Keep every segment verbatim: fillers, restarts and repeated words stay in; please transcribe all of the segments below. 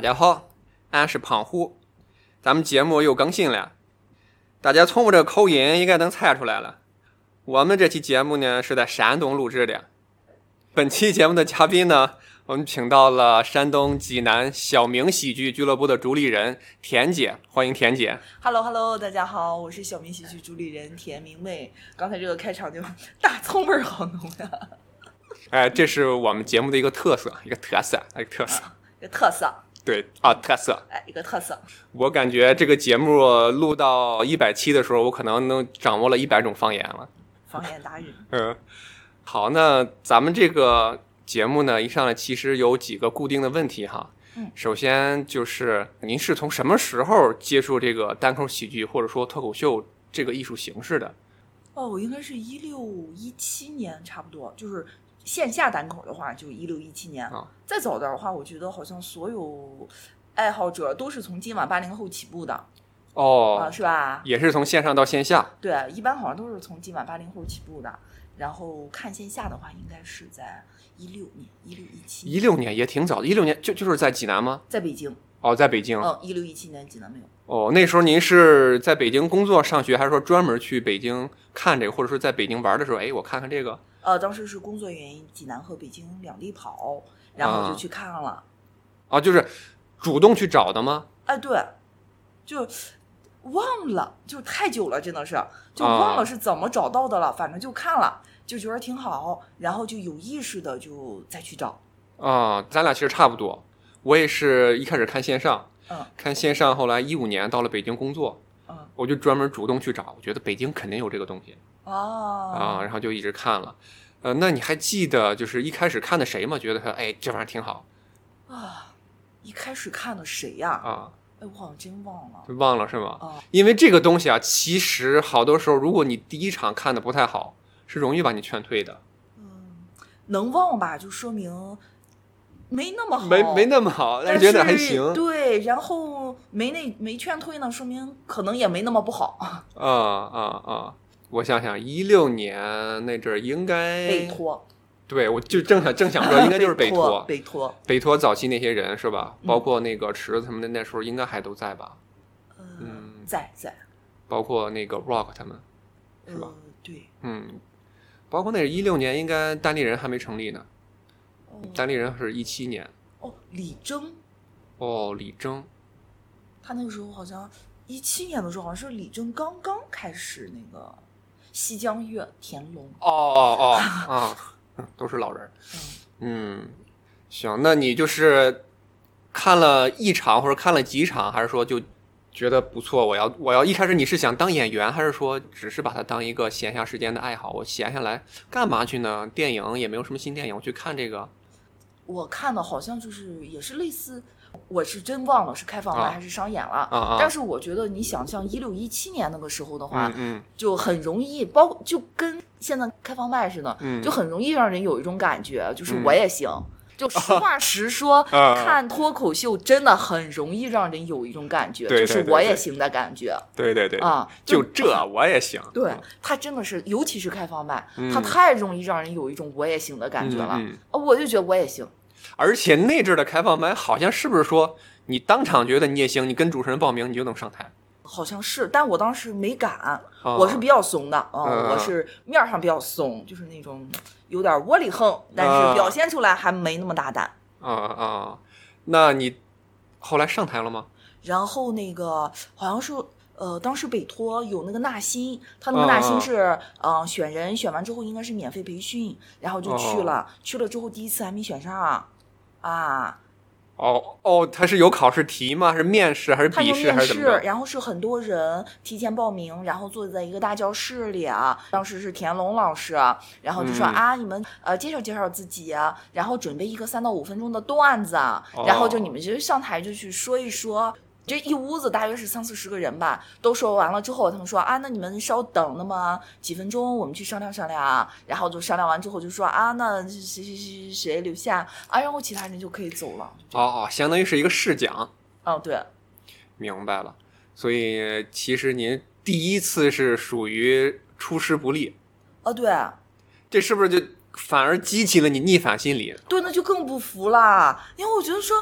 家好，俺是胖虎，咱们节目又更新了。大家从我这个口音应该能猜出来了，我们这期节目呢是在山东录制的。本期节目的嘉宾呢，我们请到了山东济南小明喜剧俱乐部的主理人田姐，欢迎田姐。 Hello Hello， 大家好，我是小明喜剧主理人田明媚。刚才这个开场就大葱味好浓呀！ 哎，这是我们节目的一个特色，一个特色，一个特色， 啊、一个特色。 对啊，特色， 哎，一个特色。 我感觉这个节目录到一百期的时候，我可能能掌握了一百种方言了。 方言达人。 嗯，好，那咱们这个节目呢，一上来其实有几个固定的问题哈。 嗯， 首先就是您是从什么时候接触这个单口喜剧或者说脱口秀这个艺术形式的？ 哦，我应该是一六一七年差不多，就是线下单口的话就一六一七年、啊、再早的话我觉得好像所有爱好者都是从今晚八零后起步的哦、 啊，是吧？ 也是从线上到线下。 对，一般好像都是从今晚八零后起步的，然后看线下的话应该是在一六年一六一七一六年也挺早的，一六年就就是在济南吗？ 在北京。 哦，在北京。 嗯，一六一七年济南没有。 哦，那时候您是在北京工作上学，还是说专门去北京看这个，或者说在北京玩的时候，哎，我看看这个。 呃，当时是工作原因，济南和北京两地跑，然后我就去看了。啊， 啊就是主动去找的吗？ 哎，对，就忘了，就太久了，真的是就忘了是怎么找到的了。啊、反正就看了，就觉得挺好，然后就有意识的就再去找。 啊，咱俩其实差不多，我也是一开始看线上， 嗯， 看线上，后来一五年到了北京工作， 嗯， 我就专门主动去找，我觉得北京肯定有这个东西。 哦， 啊，然后就一直看了。呃，那你还记得就是一开始看的谁吗？觉得他哎这玩意儿挺好啊。一开始看的谁呀？ 啊， 哎，我好像真忘了。 忘了是吗？ 啊， 因为这个东西啊，其实好多时候，如果你第一场看的不太好，是容易把你劝退的。 嗯，能忘吧，就说明没那么好， 没没那么好，但是觉得还行。 对，然后没那没劝退呢，说明可能也没那么不好。 啊啊啊！我想想，一六年那阵儿应该北托。 对，我就正想正想说，应该就是北托， 北托， 北托早期那些人是吧？包括那个池子他们的，那时候应该还都在吧？ 嗯，嗯在在。 包括那个 Rock 他们，是吧？ 呃、对， 嗯，包括那是一六年，应该单立人还没成立呢。哦、单立人是一七年。 哦，李征。 哦，李征。 他那个时候好像一七年的时候，好像是李征刚刚开始那个西江月田龙。 哦哦哦啊。都是老人。嗯，行，那你就是看了一场或者看了几场，还是说就觉得不错？我要我要一开始你是想当演员，还是说只是把它当一个闲暇时间的爱好？我闲下来干嘛去呢？电影也没有什么新电影，我去看这个。 我看的好像就是也是类似，我是真忘了是开放麦还是商演了。 啊啊、 但是我觉得你想象一六一七年那个时候的话， 嗯嗯、 就很容易，包括就跟现在开放麦似的、 嗯， 就很容易让人有一种感觉，就是我也行。嗯、就实话实说、 啊， 看脱口秀真的很容易让人有一种感觉， 对对对对， 就是我也行的感觉。 对对对啊， 就这我也行。 对，他真的是，尤其是开放麦， 嗯、 他太容易让人有一种我也行的感觉了。 嗯嗯、我就觉得我也行。 而且那阵的开放麦好像是不是说你当场觉得你也行，你跟主持人报名你就能上台？ 好像是，但我当时没敢， 哦、 我是比较怂的啊、哦嗯， 我是面上比较怂，就是那种有点窝里横，但是表现出来还没那么大胆。 啊啊，那你后来上台了吗？ 然后那个好像是呃，当时北托有那个纳新，他那个纳新是嗯、呃、选人，选完之后应该是免费培训，然后就去了， 哦、 去了之后第一次还没选上。啊， 哦哦，他是有考试题吗？还是面试还是笔试还是怎么着？ 然后是很多人提前报名，然后坐在一个大教室里啊。当时是田龙老师，然后就说、嗯、啊，你们呃介绍介绍自己啊，然后准备一个三到五分钟的段子，哦、然后就你们就上台就去说一说。这一屋子大约是三四十个人吧，都说完了之后，他们说啊，那你们稍等那么几分钟，我们去商量商量。然后就商量完之后就说啊，那谁谁谁谁留下啊，然后其他人就可以走了。 哦哦，相当于是一个试讲。 哦，对， 明白了。所以其实您第一次是属于出师不利。 哦，对， 这是不是就反而激起了你逆反心理？ 对，那就更不服啦，因为我觉得说。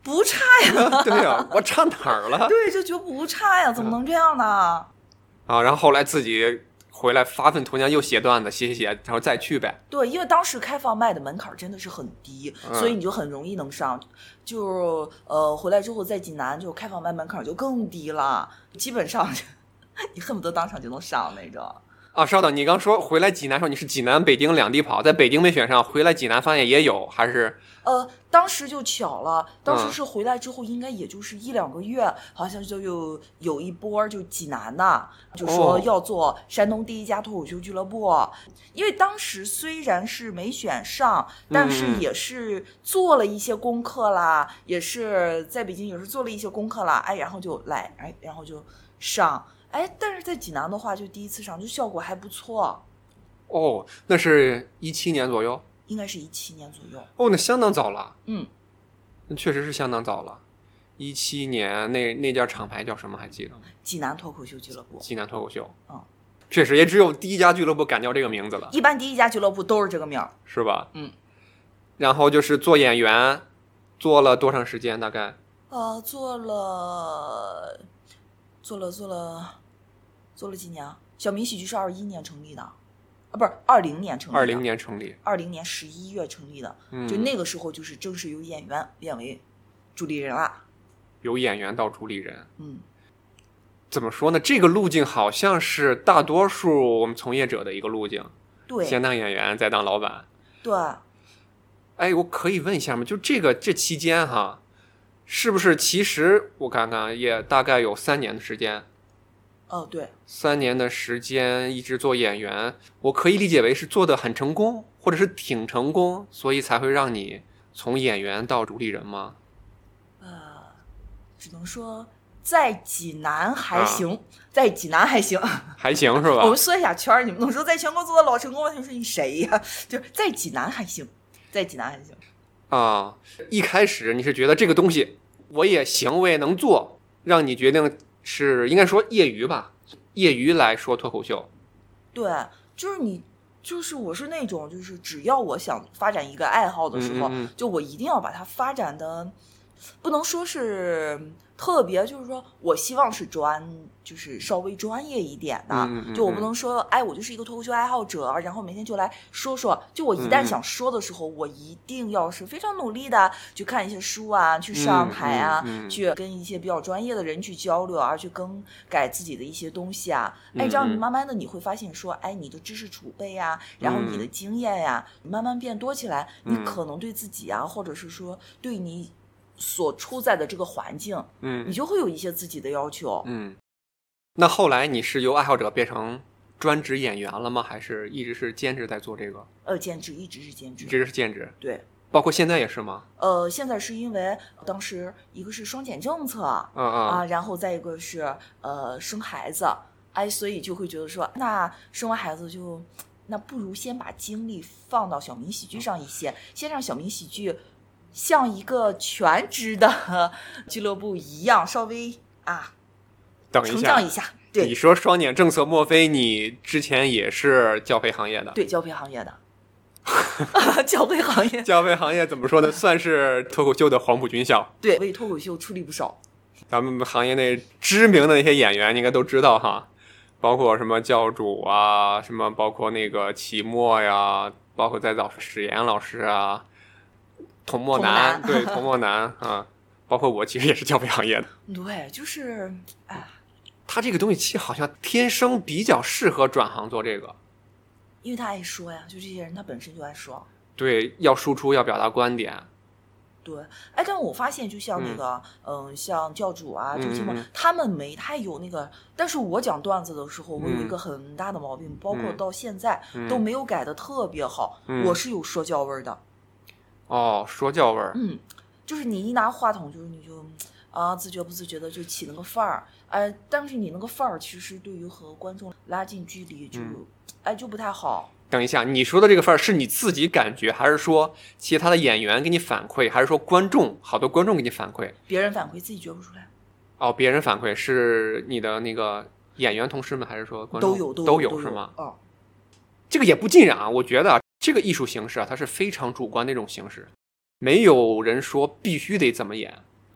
不差呀。 对呀、啊，我差哪儿了？ 对，就觉得不差呀，怎么能这样呢？ 啊，然后后来自己回来发愤图强，又写段子，写写写，然后再去呗。 对，因为当时开放麦的门槛真的是很低， 嗯、 所以你就很容易能上。就呃回来之后在济南就开放麦门槛就更低了，基本上你恨不得当场就能上那种。 啊，稍等，你刚说回来济南说你是济南、北京两地跑，在北京没选上，回来济南发现也有，还是？ 呃，当时就巧了，当时是回来之后，应该也就是一两个月，嗯、好像就有有一波就济南的，就说要做山东第一家脱口秀俱乐部。哦、因为当时虽然是没选上，但是也是做了一些功课啦，嗯、也是在北京也是做了一些功课啦，哎，然后就来，哎，然后就上。哎，但是在济南的话，就第一次上，就效果还不错。 哦，那是一七年左右， 应该是一七年左右。 哦，那相当早了。 嗯， 那确实是相当早了。一七年那那家厂牌叫什么？还记得吗？ 济南脱口秀俱乐部。 济南脱口秀。 嗯， 确实也只有第一家俱乐部敢叫这个名字了。 一般第一家俱乐部都是这个名儿， 是吧？ 嗯。 然后就是做演员，做了多长时间？大概？ 呃，做了。做了做了做了几年啊？小明喜剧是二一年成立的，啊，不是二零年成立的。 二零年成立， 二零年十一月成立的， 嗯， 就那个时候就是正式由演员变为主理人了。 由演员到主理人， 嗯， 怎么说呢？这个路径好像是大多数我们从业者的一个路径。 对， 先当演员，再当老板。 对。 哎，我可以问一下吗？就这个这期间哈。是不是其实我看看也大概有三年的时间？ 哦，对， 三年的时间一直做演员，我可以理解为是做的很成功，或者是挺成功，所以才会让你从演员到主理人吗？ 呃，只能说在济南还行，啊、在济南还行， 还行是吧？ 我们缩一下圈，你们能说在全国做的老成功，你说你谁呀？就是在济南还行，在济南还行。 啊，一开始你是觉得这个东西我也行，我也能做，让你决定是应该说业余吧，业余来说脱口秀。 对，就是你，就是我是那种，就是只要我想发展一个爱好的时候， 嗯嗯嗯就我一定要把它发展的，不能说是特别，就是说我希望是专，就是稍微专业一点的， 嗯嗯嗯就我不能说，哎，我就是一个脱口秀爱好者，然后每天就来说说。就我一旦想说的时候，嗯、我一定要是非常努力的去看一些书啊，去上台啊， 嗯嗯嗯、 去跟一些比较专业的人去交流啊，去更改自己的一些东西啊。哎，这样你慢慢的你会发现说，哎，你的知识储备呀、啊，然后你的经验呀、啊， 嗯、 慢慢变多起来，你可能对自己啊，或者是说对你所处在的这个环境， 嗯， 你就会有一些自己的要求。 嗯，那后来你是由爱好者变成专职演员了吗？还是一直是兼职在做这个？ 呃，兼职，一直是兼职， 一直是兼职。 对， 包括现在也是吗？ 呃，现在是因为当时一个是双减政策， 嗯嗯啊，然后再一个是呃生孩子，哎，所以就会觉得说，那生完孩子就，那不如先把精力放到小明喜剧上一些，先让小明喜剧像一个全职的俱乐部一样，稍微啊， 等一下， 成长一下。对， 你说双减政策，莫非你之前也是教培行业的？ 对，教培行业的。教培行业， 教培行业怎么说呢？算是脱口秀的黄埔军校。 对，为脱口秀出力不少。 咱们行业内知名的那些演员，你应该都知道哈，包括什么教主啊，什么包括那个齐墨呀，包括再早史岩老师啊。童墨南，对，童墨南啊，包括我其实也是教培行业的。 对，就是，哎， 他这个东西其实好像天生比较适合转行做这个， 因为他爱说呀，就这些人他本身就爱说。 对，要输出，要表达观点。 对，哎，但我发现就像那个，嗯、呃，像教主啊，周奇墨， 嗯、 他们没太有那个。但是我讲段子的时候，我有一个很大的毛病，嗯、包括到现在、嗯、都没有改的特别好。 嗯、 我是有说教味儿的。 哦，说教味儿。 嗯，就是你一拿话筒，就是你就啊自觉不自觉的就起那个范儿，哎，但是你那个范儿其实对于和观众拉近距离就，嗯、哎就不太好。 等一下，你说的这个范儿是你自己感觉，还是说其他的演员给你反馈，还是说观众好多观众给你反馈？ 别人反馈，自己觉不出来。 哦，别人反馈是你的那个演员同事们，还是说观众都有都有都有是吗？ 哦， 这个也不尽然啊，我觉得啊，这个艺术形式啊，它是非常主观的一种形式，没有人说必须得怎么演，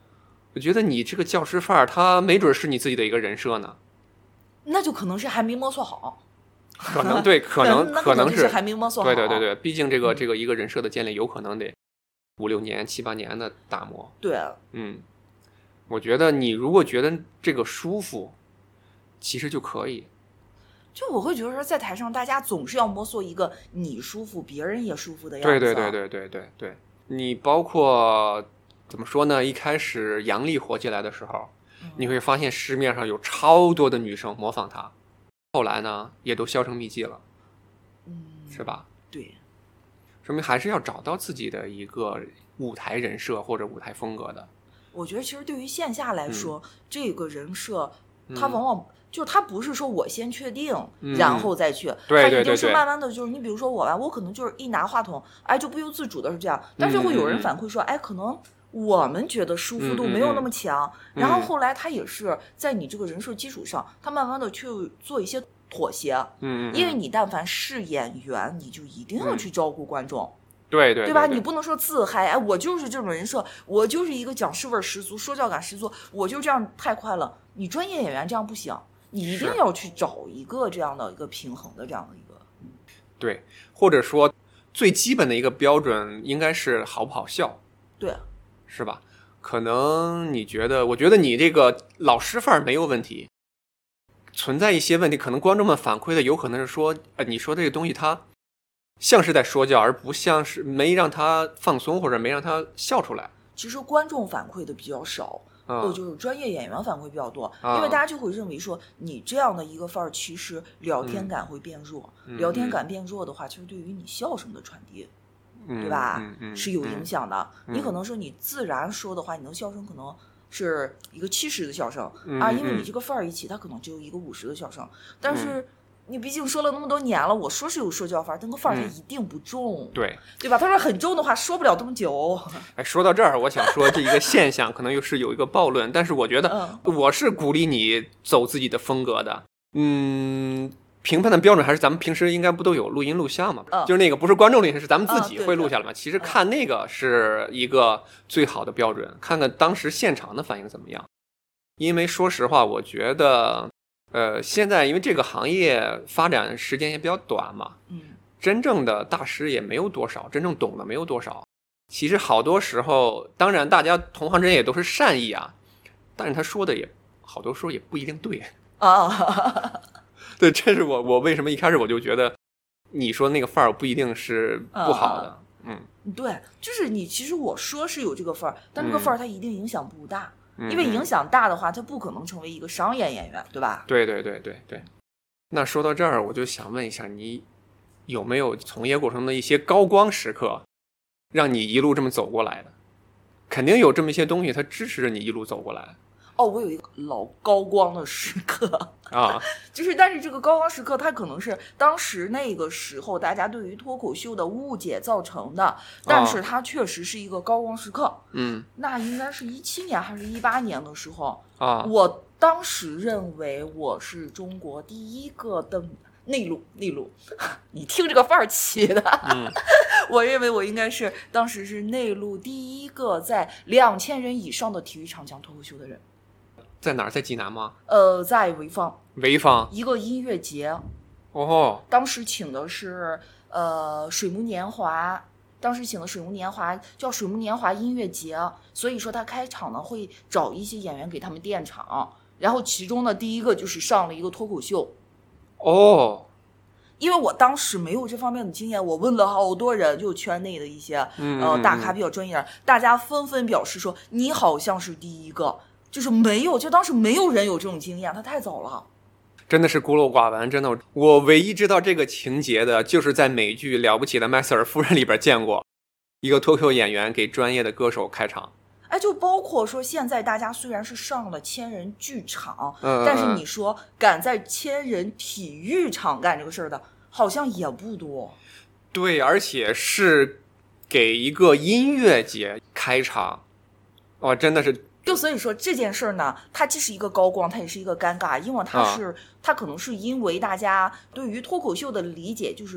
我觉得你这个教师范儿，他没准是你自己的一个人设呢。 那就可能是还没摸索好。 可能对，可能可能是还没摸索好。 对对对对，毕竟这个这个一个人设的建立，有可能得五六年、七八年的打磨。 对， 嗯，我觉得你如果觉得这个舒服，其实就可以。 就我会觉得说，在台上大家总是要摸索一个你舒服、别人也舒服的样子。 对对对对对对对，你包括怎么说呢？一开始杨笠火起来的时候，嗯、你会发现市面上有超多的女生模仿她。后来呢，也都销声匿迹了， 嗯， 是吧？ 对， 说明还是要找到自己的一个舞台人设或者舞台风格的。 我觉得其实对于线下来说，嗯、这个人设，它嗯往往、嗯、就是它不是说我先确定， 嗯、 然后再去， 对对对对， 它一定是慢慢的，就是你比如说我吧，我可能就是一拿话筒，哎，就不由自主的是这样，但是会有人反馈说， 嗯、 哎，可能。我们觉得舒服度没有那么强， 嗯嗯、 然后后来他也是在你这个人设基础上，他慢慢的去做一些妥协。 嗯， 因为你但凡是演员，你就一定要去照顾观众。 嗯、对对对吧？你不能说自嗨，哎，我就是这种人设，我就是一个讲师味十足、说教感十足，我就这样太快了。你专业演员这样不行，你一定要去找一个这样的一个平衡的这样的一个。 对，或者说最基本的一个标准应该是好不好笑。 对。 是吧？可能你觉得，我觉得你这个老师范儿没有问题，存在一些问题，可能观众们反馈的有可能是说，呃，你说这个东西它像是在说教，而不像是没让他放松或者没让他笑出来。 其实观众反馈的比较少，呃、嗯，就是专业演员反馈比较多， 嗯、 因为大家就会认为说，你这样的一个范儿，其实聊天感会变弱， 嗯、 聊天感变弱的话，其实对于你笑声的传递。对吧、 嗯嗯嗯？ 是有影响的、 嗯。 你可能说你自然说的话，你的笑声可能是一个七十的笑声、 嗯、 啊，因为你这个范儿一起，它可能只有一个五十的笑声。但是你毕竟说了那么多年了，我说是有说教范儿，但那个范儿它一定不重， 嗯、对对吧？他说很重的话，说不了这么久。 哎，说到这儿，我想说这一个现象可能又是有一个暴论，但是我觉得我是鼓励你走自己的风格的，嗯。评判的标准还是咱们平时应该不都有录音录像嘛、 嗯、 就是那个不是观众录音，是咱们自己嗯、 会录下来嘛、 嗯、 其实看那个是一个最好的标准、嗯、看看当时现场的反应怎么样。因为说实话我觉得呃，现在因为这个行业发展时间也比较短嘛， 嗯， 真正的大师也没有多少，真正懂的没有多少。其实好多时候当然大家同行之间也都是善意啊，但是他说的也好多时候也不一定对啊。 对，这是我我为什么一开始我就觉得你说那个范儿不一定是不好的。 嗯，对，就是你其实我说是有这个范儿，但这个范儿它一定影响不大、嗯、因为影响大的话它不可能成为一个商业演员，对吧？ 对对对对对。那说到这儿我就想问一下，你有没有从业过程的一些高光时刻让你一路这么走过来的？肯定有这么一些东西它支持着你一路走过来。 哦，我有一个老高光的时刻啊， 就是但是这个高光时刻它可能是当时那个时候大家对于脱口秀的误解造成的，但是它确实是一个高光时刻。 嗯， 那应该是一七年还是一八年的时候啊， 我当时认为我是中国第一个登内陆内陆，你听这个范儿起的， 嗯， 我认为我应该是当时是内陆第一个在两千人以上的体育场讲脱口秀的人。 在哪儿？在济南吗？ 呃，在潍坊。 潍坊一个音乐节。 哦。 当时请的是呃水木年华，当时请的水木年华叫水木年华音乐节，所以说他开场呢会找一些演员给他们垫场，然后其中呢第一个就是上了一个脱口秀。 哦。 因为我当时没有这方面的经验，我问了好多人，就圈内的一些呃大咖比较专业的，大家纷纷表示说你好像是第一个。就是没有，就当时没有人有这种经验，他太早了， 真的是孤陋寡闻。真的，我唯一知道这个情节的，就是在美剧《了不起的麦瑟尔夫人》里边见过一个脱口演员给专业的歌手开场。 哎，就包括说现在大家虽然是上了千人剧场， 嗯、 但是你说敢在千人体育场干这个事儿的，好像也不多。 对，而且是给一个音乐节开场，哇，真的是。 就所以说这件事儿呢，它既是一个高光，它也是一个尴尬，因为它是、啊、它可能是因为大家对于脱口秀的理解就是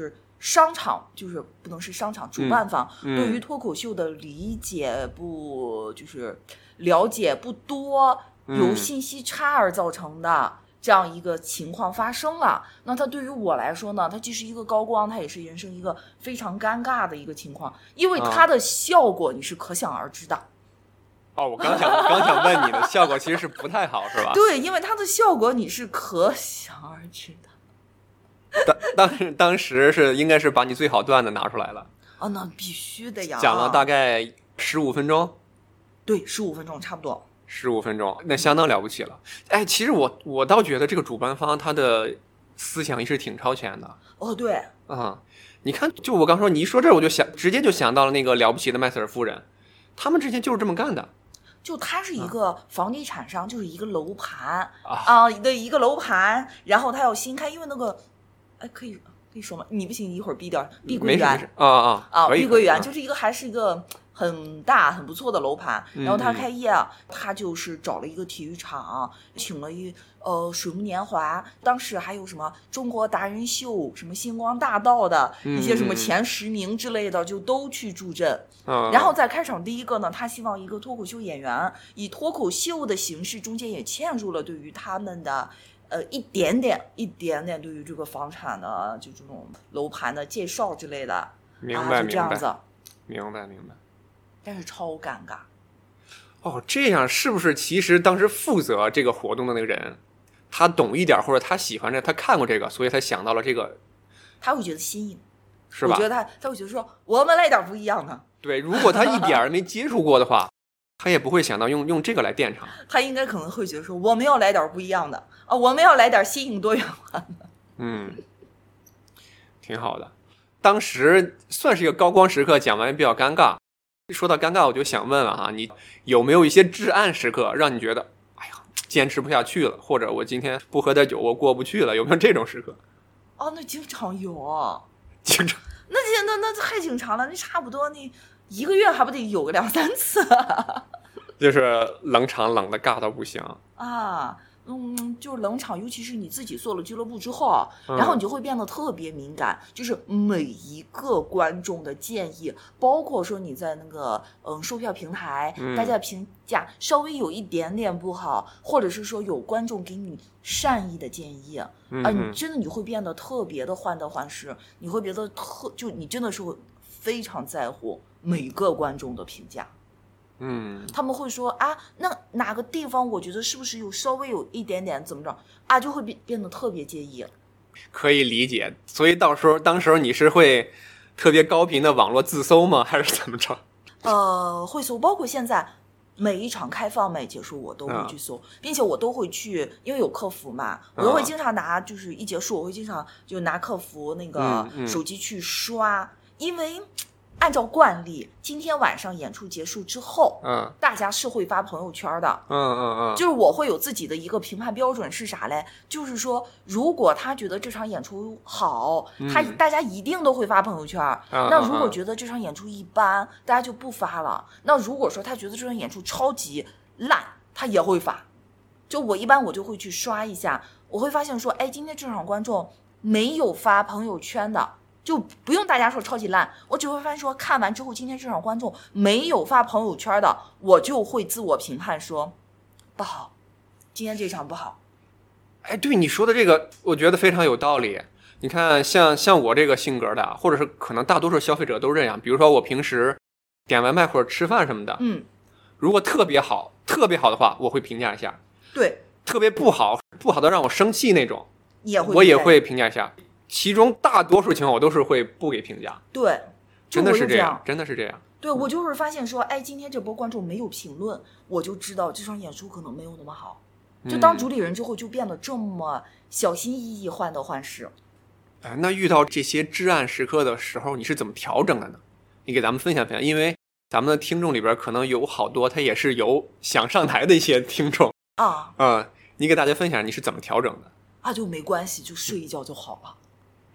商场就是不能是商场，主办方嗯嗯、 对于脱口秀的理解不就是了解不多，由信息差而造成的。这样一个情况发生了，那它对于我来说呢，它既是一个高光，它也是人生一个非常尴尬的一个情况，因为它的效果你是可想而知的。 哦，我刚想刚想问你的效果其实是不太好，是吧？ 对，因为它的效果你是可想而知的。 当当当时是应该是把你最好段子拿出来了。 哦，那必须的呀。 讲了大概十五分钟。 对，十五分钟差不多。 十五分钟，那相当了不起了。哎，其实我我倒觉得这个主办方他的思想意识挺超前的。 哦，对， 嗯，你看，就我刚说，你一说这，我就想直接就想到了那个了不起的麦瑟尔夫人，他们之前就是这么干的。 就他是一个房地产商，嗯、就是一个楼盘啊的、呃、一个楼盘，然后他要新开，因为那个，哎，可以可以说吗？你不行，你一会儿闭掉。碧桂园啊啊啊，碧桂园啊就是一个还是一个。很大很不错的楼盘，然后他开业， 嗯、 他就是找了一个体育场，请了一呃水木年华，当时还有什么中国达人秀，什么星光大道的一些什么前十名之类的， 嗯、 就都去助阵。 嗯、 然后在开场第一个呢，他希望一个脱口秀演员以脱口秀的形式，中间也嵌入了对于他们的呃一点点一点点对于这个房产的就这种楼盘的介绍之类的， 明白、 啊、就这样子。 明白明白。 但是超尴尬。 哦，这样是不是其实当时负责这个活动的那个人，他懂一点，或者他喜欢这，他看过这个，所以他想到了这个， 他会觉得新颖， 是吧？ 我觉得他他会觉得说，我们来点不一样的。 对，如果他一点没接触过的话，他也不会想到用用这个来垫场。 他应该可能会觉得说，我们要来点不一样的啊，我们要来点新颖多元化的。 嗯，挺好的。当时算是一个高光时刻，讲完也比较尴尬。说到尴尬，我就想问了哈，你有没有一些至暗时刻，让你觉得，哎呀，坚持不下去了，或者我今天不喝点酒，我过不去了，有没有这种时刻？ 哦，那经常有啊， 经常。 那那那太经常了，那差不多你一个月还不得有个两三次、啊？ 就是冷场冷的尬到不行啊。嗯，就是冷场，尤其是你自己做了俱乐部之后，嗯、然后你就会变得特别敏感，就是每一个观众的建议，包括说你在那个嗯售票平台， 嗯、 大家评价稍微有一点点不好，或者是说有观众给你善意的建议，啊、 嗯呃，你真的你会变得特别的患得患失，你会变得特就你真的是会非常在乎每个观众的评价。 嗯， 他们会说啊，那哪个地方我觉得是不是有稍微有一点点怎么着啊，就会变变得特别介意。 可以理解，所以到时候当时候你是会特别高频的网络自搜吗？还是怎么着？ 呃，会搜，包括现在每一场开放麦结束我都会去搜，嗯、并且我都会去，因为有客服嘛，我都会经常拿，就是一结束我会经常就拿客服那个手机去刷，嗯嗯、因为。按照惯例，今天晚上演出结束之后， 嗯， 大家是会发朋友圈的， 嗯嗯嗯， 就是我会有自己的一个评判标准是啥嘞？就是说，如果他觉得这场演出好， 嗯、 他大家一定都会发朋友圈。 嗯、 那如果觉得这场演出一般，嗯、大家就不发了。那如果说他觉得这场演出超级烂，他也会发。就我一般我就会去刷一下，我会发现说，哎，今天这场观众没有发朋友圈的。就不用大家说超级烂，我只会发现说看完之后，今天这场观众没有发朋友圈的，我就会自我评判说不好，今天这场不好。 哎，对你说的这个，我觉得非常有道理。你看，像像我这个性格的，或者是可能大多数消费者都是这样。比如说我平时点外卖或者吃饭什么的， 嗯， 如果特别好，特别好的话，我会评价一下。 对， 特别不好，不好的让我生气那种， 也会我也会评价一下。其中大多数情况我都是会不给评价。 对， 真的是这样， 样，真的是这样。 对，我就是发现说，哎，今天这波观众没有评论，我就知道这场演出可能没有那么好。就当主理人之后，就变得这么小心翼翼、患得患失。 哎、呃，那遇到这些至暗时刻的时候，你是怎么调整的呢？你给咱们分享分享，因为咱们的听众里边可能有好多他也是有想上台的一些听众啊。 嗯，你给大家分享你是怎么调整的？ 啊，就没关系，就睡一觉就好了。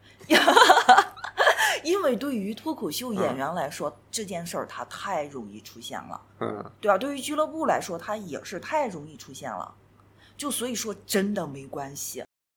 因为对于脱口秀演员来说，嗯、这件事儿它太容易出现了， 嗯， 对吧？对于俱乐部来说，它也是太容易出现了，就所以说真的没关系。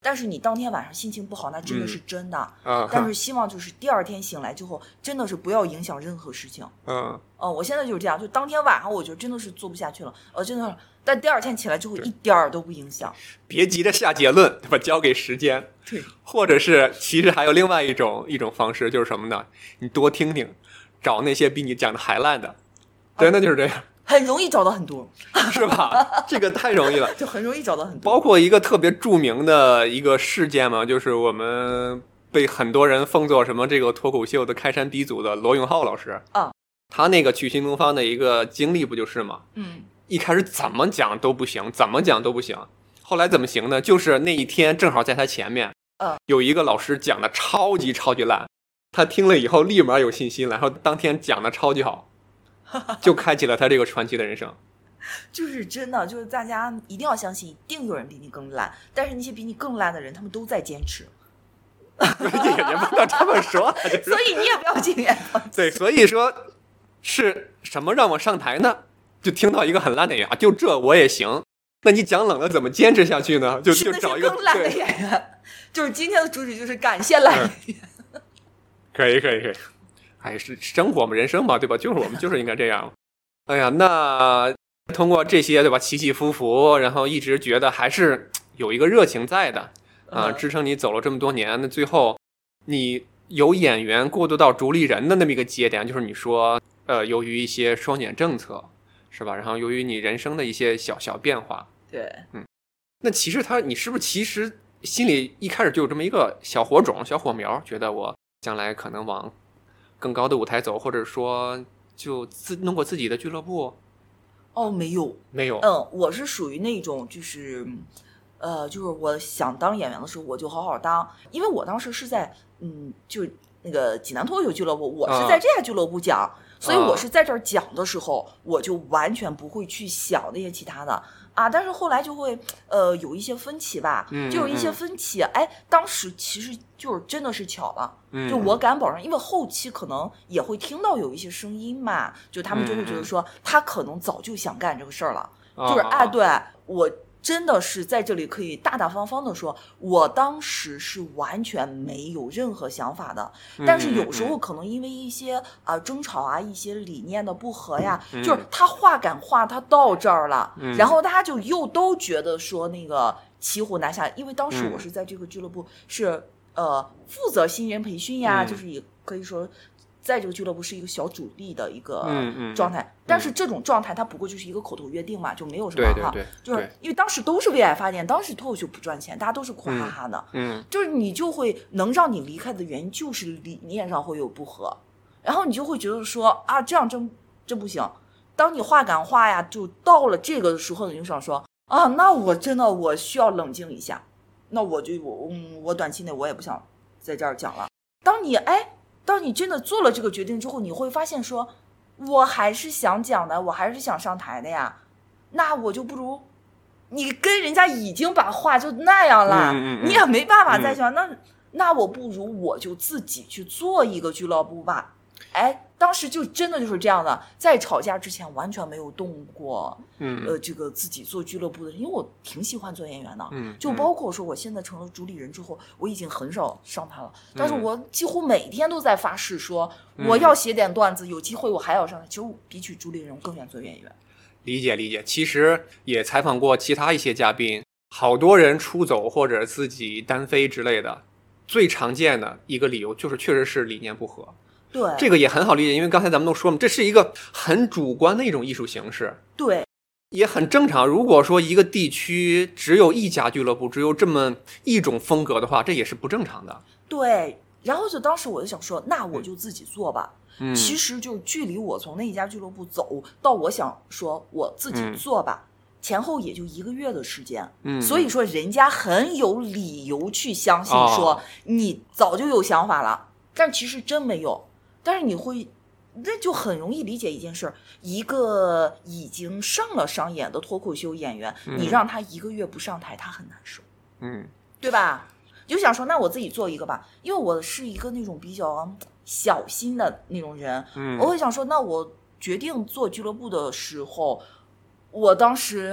但是你当天晚上心情不好，那真的是真的。 嗯， 但是希望就是第二天醒来之后，真的是不要影响任何事情。 嗯， 哦，我现在就是这样，就当天晚上我就真的是做不下去了，呃，真的，但第二天起来之后一点儿都不影响。 别急着下结论，对吧？交给时间。 对， 或者是其实还有另外一种一种方式，就是什么呢？你多听听，找那些比你讲的还烂的，真的就是这样。 很容易找到很多， 是吧？这个太容易了， 就很容易找到很多。 包括一个特别著名的一个事件嘛，就是我们被很多人奉作什么这个脱口秀的开山鼻祖的罗永浩老师啊， 他那个去新东方的一个经历不就是吗？ 嗯， 一开始怎么讲都不行，怎么讲都不行，后来怎么行呢？就是那一天正好在他前面， 嗯， 有一个老师讲的超级超级烂，他听了以后立马有信心了，然后当天讲的超级好。就开启了他这个传奇的人生。 就是真的，就是大家一定要相信，一定有人比你更烂，但是那些比你更烂的人，他们都在坚持。 也也不能这么说，就是、 所以你也不要轻言放弃。 对，所以说是什么让我上台呢？就听到一个很烂的演员，就这我也行。那你讲冷了怎么坚持下去呢？就就找一个更烂的演员。就是今天的主旨就是感谢烂演员。 可以可以可以。哎，是生活嘛，人生嘛，对吧？就是我们就是应该这样。哎呀，那通过这些，对吧？起起伏伏，然后一直觉得还是有一个热情在的啊、呃，支撑你走了这么多年。那最后你由演员过渡到主理人的那么一个节点，就是你说，呃，由于一些双减政策，是吧？然后由于你人生的一些小小变化， 对， 嗯，那其实他，你是不是其实心里一开始就有这么一个小火种、小火苗，觉得我将来可能往更高的舞台走，或者说就自弄过自己的俱乐部？ 哦，没有， 没有。 嗯，我是属于那种就是，呃，就是我想当演员的时候，我就好好当，因为我当时是在嗯，就那个济南脱口秀俱乐部，我是在这家俱乐部讲，啊、所以我是在这儿讲的时候，我就完全不会去想那些其他的。啊，但是后来就会，呃，有一些分歧吧， 嗯、 就有一些分歧。哎，当时其实就是真的是巧了， 嗯、 就我敢保证，因为后期可能也会听到有一些声音嘛，就他们就会觉得说， 嗯、 他可能早就想干这个事儿了， 哦、 就是哎，对我真的是在这里可以大大方方的说，我当时是完全没有任何想法的，但是有时候可能因为一些啊、呃、争吵啊，一些理念的不合呀， 嗯、 就是他话赶话他到这儿了， 嗯、 然后他就又都觉得说那个骑虎难下，因为当时我是在这个俱乐部是、嗯、呃负责新人培训呀，嗯、就是也可以说。在这个俱乐部是一个小主力的一个状态， 嗯嗯、 但是这种状态它不过就是一个口头约定嘛，就没有什么哈。 对对对， 就是因为当时都是为爱发电，当时脱口秀不赚钱，大家都是苦哈哈的。 嗯，嗯就是你就会能让你离开的原因就是理念上会有不合，然后你就会觉得说啊，这样真真不行。当你话赶话呀，就到了这个的时候，你就想说啊，那我真的我需要冷静一下，那我就我嗯，我短期内我也不想在这儿讲了。当你哎。当你真的做了这个决定之后，你会发现说，我还是想讲的，我还是想上台的呀。那我就不如你跟人家已经把话就那样了， 嗯嗯嗯、 你也没办法再讲。 嗯、 那那我不如我就自己去做一个俱乐部吧。哎，当时就真的就是这样的，在吵架之前完全没有动过， 嗯， 呃，这个自己做俱乐部的，因为我挺喜欢做演员的， 嗯， 就包括说我现在成了主理人之后，我已经很少上台了，但是我几乎每天都在发誓说， 嗯、 我要写点段子，有机会我还要上台。其实我比起主理人，我更想做演员。 理解理解，其实也采访过其他一些嘉宾，好多人出走或者自己单飞之类的，最常见的一个理由就是确实是理念不合。 对， 这个也很好理解，因为刚才咱们都说了，这是一个很主观的一种艺术形式， 对， 也很正常。如果说一个地区只有一家俱乐部，只有这么一种风格的话，这也是不正常的。 对，然后就当时我就想说，那我就自己做吧。 嗯， 其实就是距离我从那一家俱乐部走到我想说我自己做吧，嗯、前后也就一个月的时间。 嗯， 所以说人家很有理由去相信说你早就有想法了，哦、但其实真没有。但是你会，那就很容易理解一件事，一个已经上了商演的脱口秀演员， 嗯、 你让他一个月不上台，他很难受， 嗯， 对吧？就想说，那我自己做一个吧，因为我是一个那种比较小心的那种人， 嗯， 我会想说，那我决定做俱乐部的时候，我当时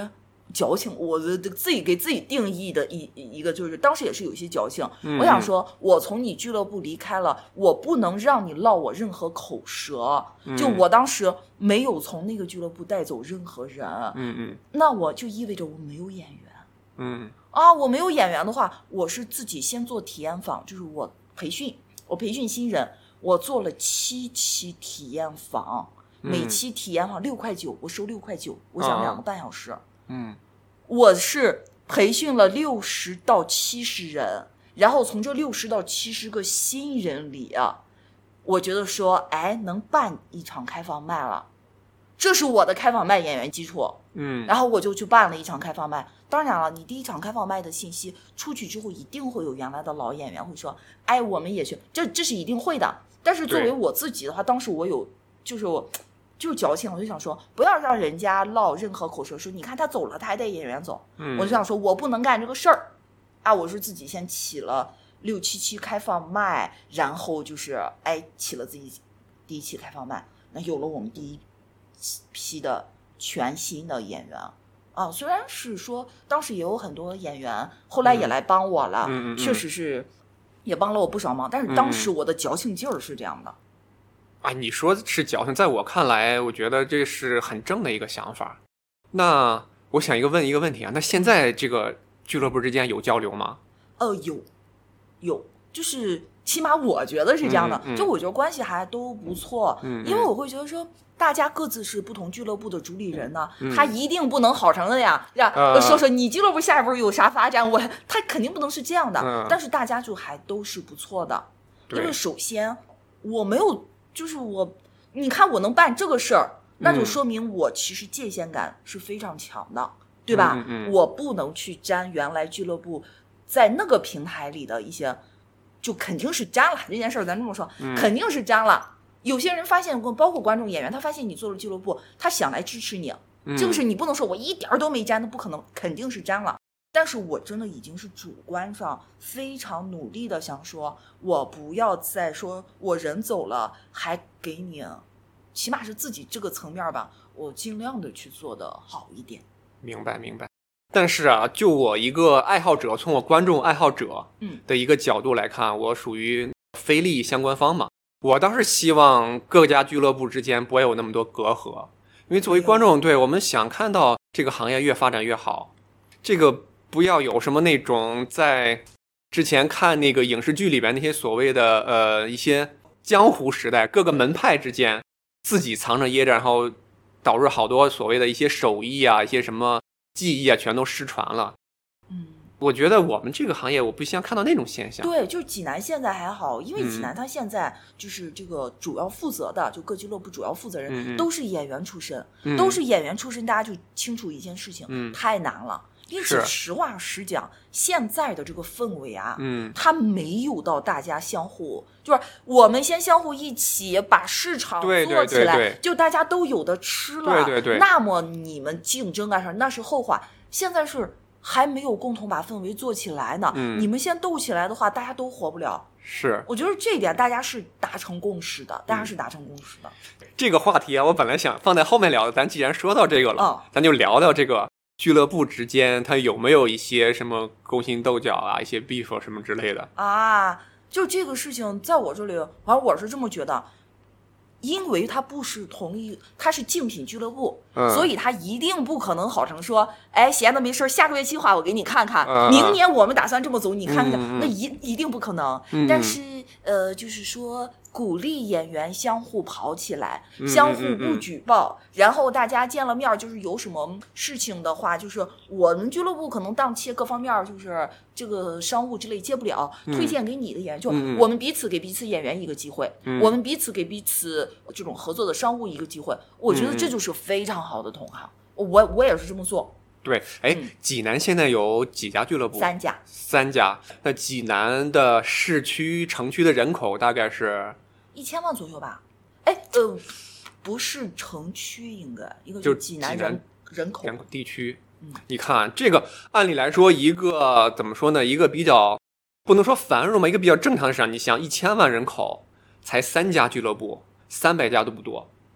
矫情，我的自己给自己定义的一一个就是当时也是有一些矫情。 嗯、 我想说，我从你俱乐部离开了，我不能让你落我任何口舌。 嗯、 就我当时没有从那个俱乐部带走任何人， 嗯嗯， 那我就意味着我没有演员。 嗯啊，我没有演员的话，我是自己先做体验坊，就是我培训，我培训新人，我做了七期体验坊，每期体验坊六块九，我收六块九，我讲两个半小时。 嗯， 我是培训了六十到七十人，然后从这六十到七十个新人里啊，我觉得说，哎，能办一场开放麦了，这是我的开放麦演员基础。 嗯， 然后我就去办了一场开放麦。当然了，你第一场开放麦的信息出去之后，一定会有原来的老演员会说，哎，我们也去，这这是一定会的。但是作为我自己的话，当时我有就是我。就是矫情，我就想说，不要让人家落任何口舌，说你看他走了，他还带演员走。 嗯， 我就想说，我不能干这个事儿啊！我是自己先起了六七期开放麦，然后就是哎起了自己第一期开放麦，那有了我们第一批的全新的演员啊。虽然是说当时也有很多演员后来也来帮我了， 嗯嗯嗯、 确实是也帮了我不少忙，但是当时我的矫情劲儿是这样的。 啊，你说是矫情，在我看来，我觉得这是很正的一个想法。那我想一个问一个问题啊，那现在这个俱乐部之间有交流吗？ 呃，有，有，就是起码我觉得是这样的， 嗯嗯、 就我觉得关系还都不错， 嗯， 因为我会觉得说，大家各自是不同俱乐部的主理人呢， 嗯、 他一定不能好成那样，呀、呃，说说你俱乐部下一步有啥发展，我他肯定不能是这样的， 嗯、 但是大家就还都是不错的，因为首先我没有。就是我，你看我能办这个事儿，那就说明我其实界限感是非常强的，嗯、对吧？ 嗯嗯、 我不能去沾原来俱乐部在那个平台里的一些，就肯定是沾了这件事儿。咱这么说， 嗯、 肯定是沾了。有些人发现，包括观众、演员，他发现你做了俱乐部，他想来支持你， 嗯、 这个是你不能说我一点都没沾，那不可能，肯定是沾了。但是我真的已经是主观上非常努力的想说，我不要再说我人走了还给你，起码是自己这个层面吧，我尽量的去做的好一点。 明白明白。但是啊，就我一个爱好者，从我观众爱好者的一个角度来看，嗯、我属于非利益相关方嘛，我倒是希望各家俱乐部之间不会有那么多隔阂，因为作为观众，对我们想看到这个行业越发展越好，这个。不要有什么那种在之前看那个影视剧里边那些所谓的呃一些江湖时代各个门派之间自己藏着掖着，然后导致好多所谓的一些手艺啊一些什么技艺啊全都失传了。 嗯， 我觉得我们这个行业我不希望看到那种现象。 对，就是济南现在还好，因为济南它现在就是这个主要负责的、嗯、就各俱乐部主要负责人、 嗯、 都是演员出身、 嗯、 都是演员出身，大家就清楚一件事情、 嗯、 太难了。并且实话实讲，现在的这个氛围啊， 嗯， 它没有到大家相互，就是我们先相互一起把市场做起来， 对对对对就大家都有的吃了， 对对对。 那么你们竞争啊啥，那是后话。现在是还没有共同把氛围做起来呢， 嗯， 你们先斗起来的话，大家都活不了。 是， 我觉得这一点大家是达成共识的，大家是达成共识的。 嗯、这个话题啊，我本来想放在后面聊的，咱既然说到这个了， 哦、 咱就聊聊这个。俱乐部之间它有没有一些什么勾心斗角啊，一些 beef 什么之类的啊？就这个事情在我这里，反正我是这么觉得，因为它不是同一，它是竞品俱乐部、 嗯、 所以它一定不可能好成说，哎，闲的没事下个月计划我给你看看、 嗯、 明年我们打算这么走你看看、 嗯、 那一一定不可能、 嗯、 但是呃就是说鼓励演员相互跑起来，相互不举报、 嗯嗯嗯、 然后大家见了面就是有什么事情的话，就是我们俱乐部可能档期各方面就是这个商务之类接不了、 嗯、 推荐给你的演员，就嗯我们彼此给彼此演员一个机会、 嗯、 我们彼此给彼此这种合作的商务一个机会，我觉得这就是非常好的同行、嗯、我我也是这么做。 对，哎、嗯，济南现在有几家俱乐部？ 三家。 三家。那济南的市区城区的人口大概是一千万左右吧？哎，呃，不是城区，应该一个就济南人人口人口地区。 嗯， 你看这个，按理来说，一个怎么说呢？一个比较不能说繁荣嘛，一个比较正常的市场。你想，一千万人口才三家俱乐部，三百家都不多。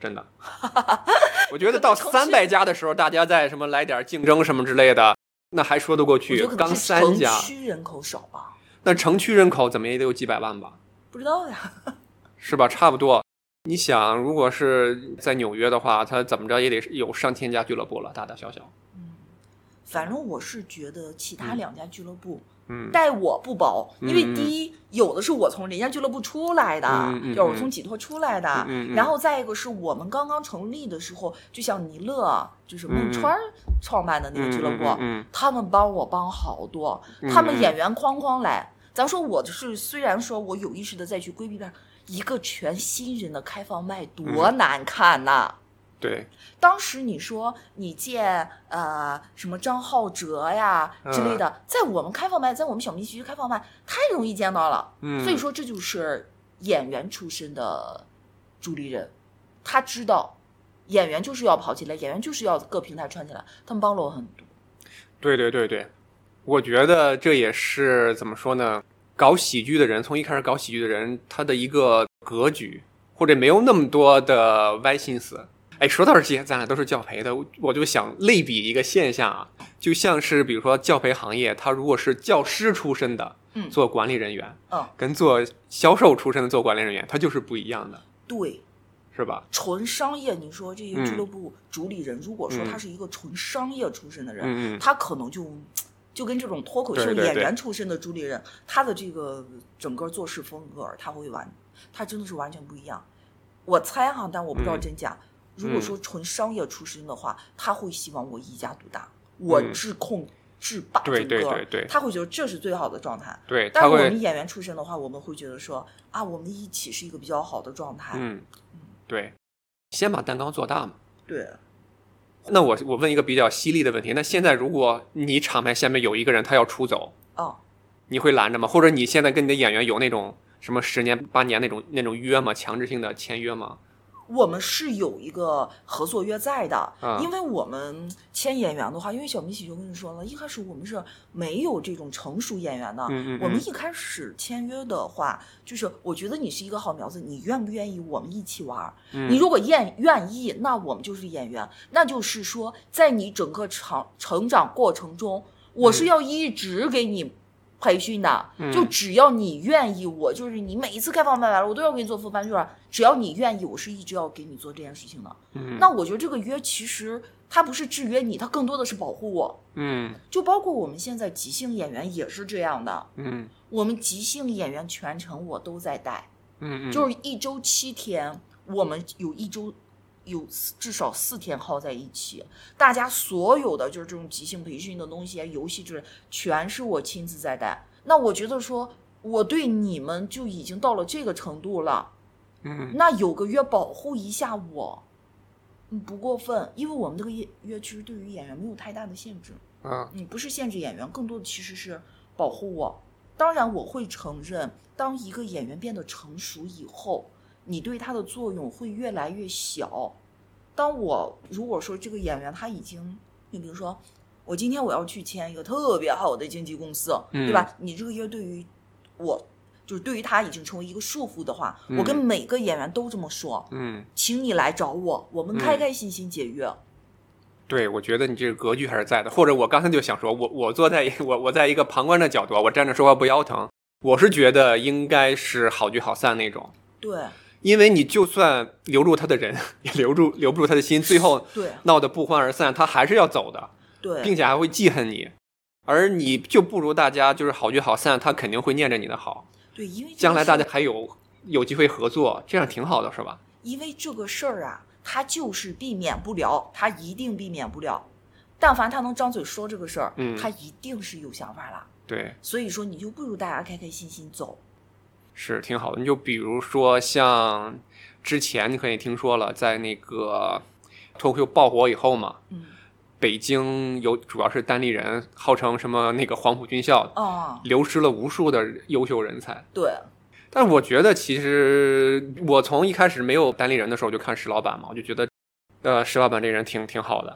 真的。我觉得到三百家的时候，大家再什么来点竞争什么之类的，那还说得过去。刚三家， 城区人口少吧？ 那城区人口怎么也得有几百万吧？ 不知道呀， 是吧？差不多。你想，如果是在纽约的话，它怎么着也得有上千家俱乐部了，大大小小。 嗯，反正我是觉得其他两家俱乐部。 嗯， 待我不薄，因为第一、嗯、有的是我从人家俱乐部出来的， 嗯、 就是我从几托出来的、 嗯， 然后再一个是我们刚刚成立的时候，就像尼勒，就是孟川创办的那个俱乐部， 嗯嗯、 他们帮我帮好多，他们演员哐哐来。咱说我是虽然说我有意识的再去规避它，一个全新人的开放麦多难看呐、 嗯！对， 当时你说你见呃什么张浩哲呀之类的、嗯，在我们开放麦，在我们小明戏剧开放麦太容易见到了。嗯，所以说这就是演员出身的主理人，他知道演员就是要跑起来，演员就是要各平台串起来，他们帮了我很多。 对对对对，我觉得这也是怎么说呢？搞喜剧的人，从一开始搞喜剧的人，他的一个格局，或者没有那么多的歪心思。哎，说到这些，咱俩都是教培的，我就想类比一个现象啊，就像是比如说教培行业，他如果是教师出身的，嗯，做管理人员， 嗯， 跟做销售出身的做管理人员，他就是不一样的， 对， 是吧？ 纯商业，你说这些俱乐部主理人，嗯、如果说他是一个纯商业出身的人， 嗯， 他可能就就跟这种脱口秀演员出身的主理人， 对对对， 他的这个整个做事风格，他会完，他真的是完全不一样。我猜哈，但我不知道真假。嗯，如果说纯商业出身的话、嗯、他会希望我一家独大，我制控、嗯、制霸整个， 对对对对， 他会觉得这是最好的状态。 对， 但是我们演员出身的话，我们会觉得说啊，我们一起是一个比较好的状态。 嗯嗯，对，先把蛋糕做大嘛。 对。 那我我问一个比较犀利的问题，那现在如果你厂牌下面有一个人他要出走， 哦， 你会拦着吗？或者你现在跟你的演员有那种什么十年八年那种那种约吗？强制性的签约吗？ 我们是有一个合作约在的、 啊、 因为我们签演员的话，因为小米喜就跟你说了，一开始我们是没有这种成熟演员的、 嗯嗯嗯、 我们一开始签约的话，就是我觉得你是一个好苗子，你愿不愿意我们一起玩、 嗯、 你如果愿愿意，那我们就是演员，那就是说在你整个成成长过程中，我是要一直给你培训的、 嗯、 就只要你愿意，我就是你每一次开放麦来了，我都要给你做副班卷，只要你愿意，我是一直要给你做这件事情的。 嗯， 那我觉得这个约其实它不是制约你，它更多的是保护我。 嗯， 就包括我们现在即兴演员也是这样的。 嗯， 我们即兴演员全程我都在带。 嗯嗯， 就是一周七天，我们有一周有至少四天耗在一起，大家所有的就是这种即兴培训的东西啊，游戏之类，全是我亲自在带。那我觉得说我对你们就已经到了这个程度了， 嗯， 那有个约保护一下我，嗯，不过分，因为我们这个约其实对于演员没有太大的限制， 啊， 嗯，不是限制演员，更多的其实是保护我。当然我会承认，当一个演员变得成熟以后，你对他的作用会越来越小。当我如果说这个演员他已经，你比如说我今天我要去签一个特别好的经纪公司， 嗯、 对吧？你这个约对于我，就是对于他已经成为一个束缚的话， 嗯、 我跟每个演员都这么说， 嗯， 请你来找我，我们开开心心解约。 嗯、对，我觉得你这个格局还是在的。或者我刚才就想说，我我坐在我我在一个旁观的角度，我站着说话不腰疼。我是觉得应该是好聚好散那种。 对。 因为你就算留住他的人，也留住留不住他的心，最后闹得不欢而散，他还是要走的， 对， 并且还会记恨你，而你就不如大家就是好聚好散，他肯定会念着你的好， 对，因为将来大家还有有机会合作，这样挺好的，是吧？ 因为这个事儿啊，他就是避免不了，他一定避免不了，但凡他能张嘴说这个事儿， 嗯， 他一定是有想法了， 对， 所以说你就不如大家开开心心走。 是挺好的。你就比如说像之前你可以听说了，在那个脱口秀爆火以后嘛， 嗯， 北京有主要是单立人，号称什么那个黄埔军校， 哦， 流失了无数的优秀人才。 对， 但我觉得其实我从一开始没有单立人的时候就看石老板嘛，我就觉得呃石老板这人挺挺好的，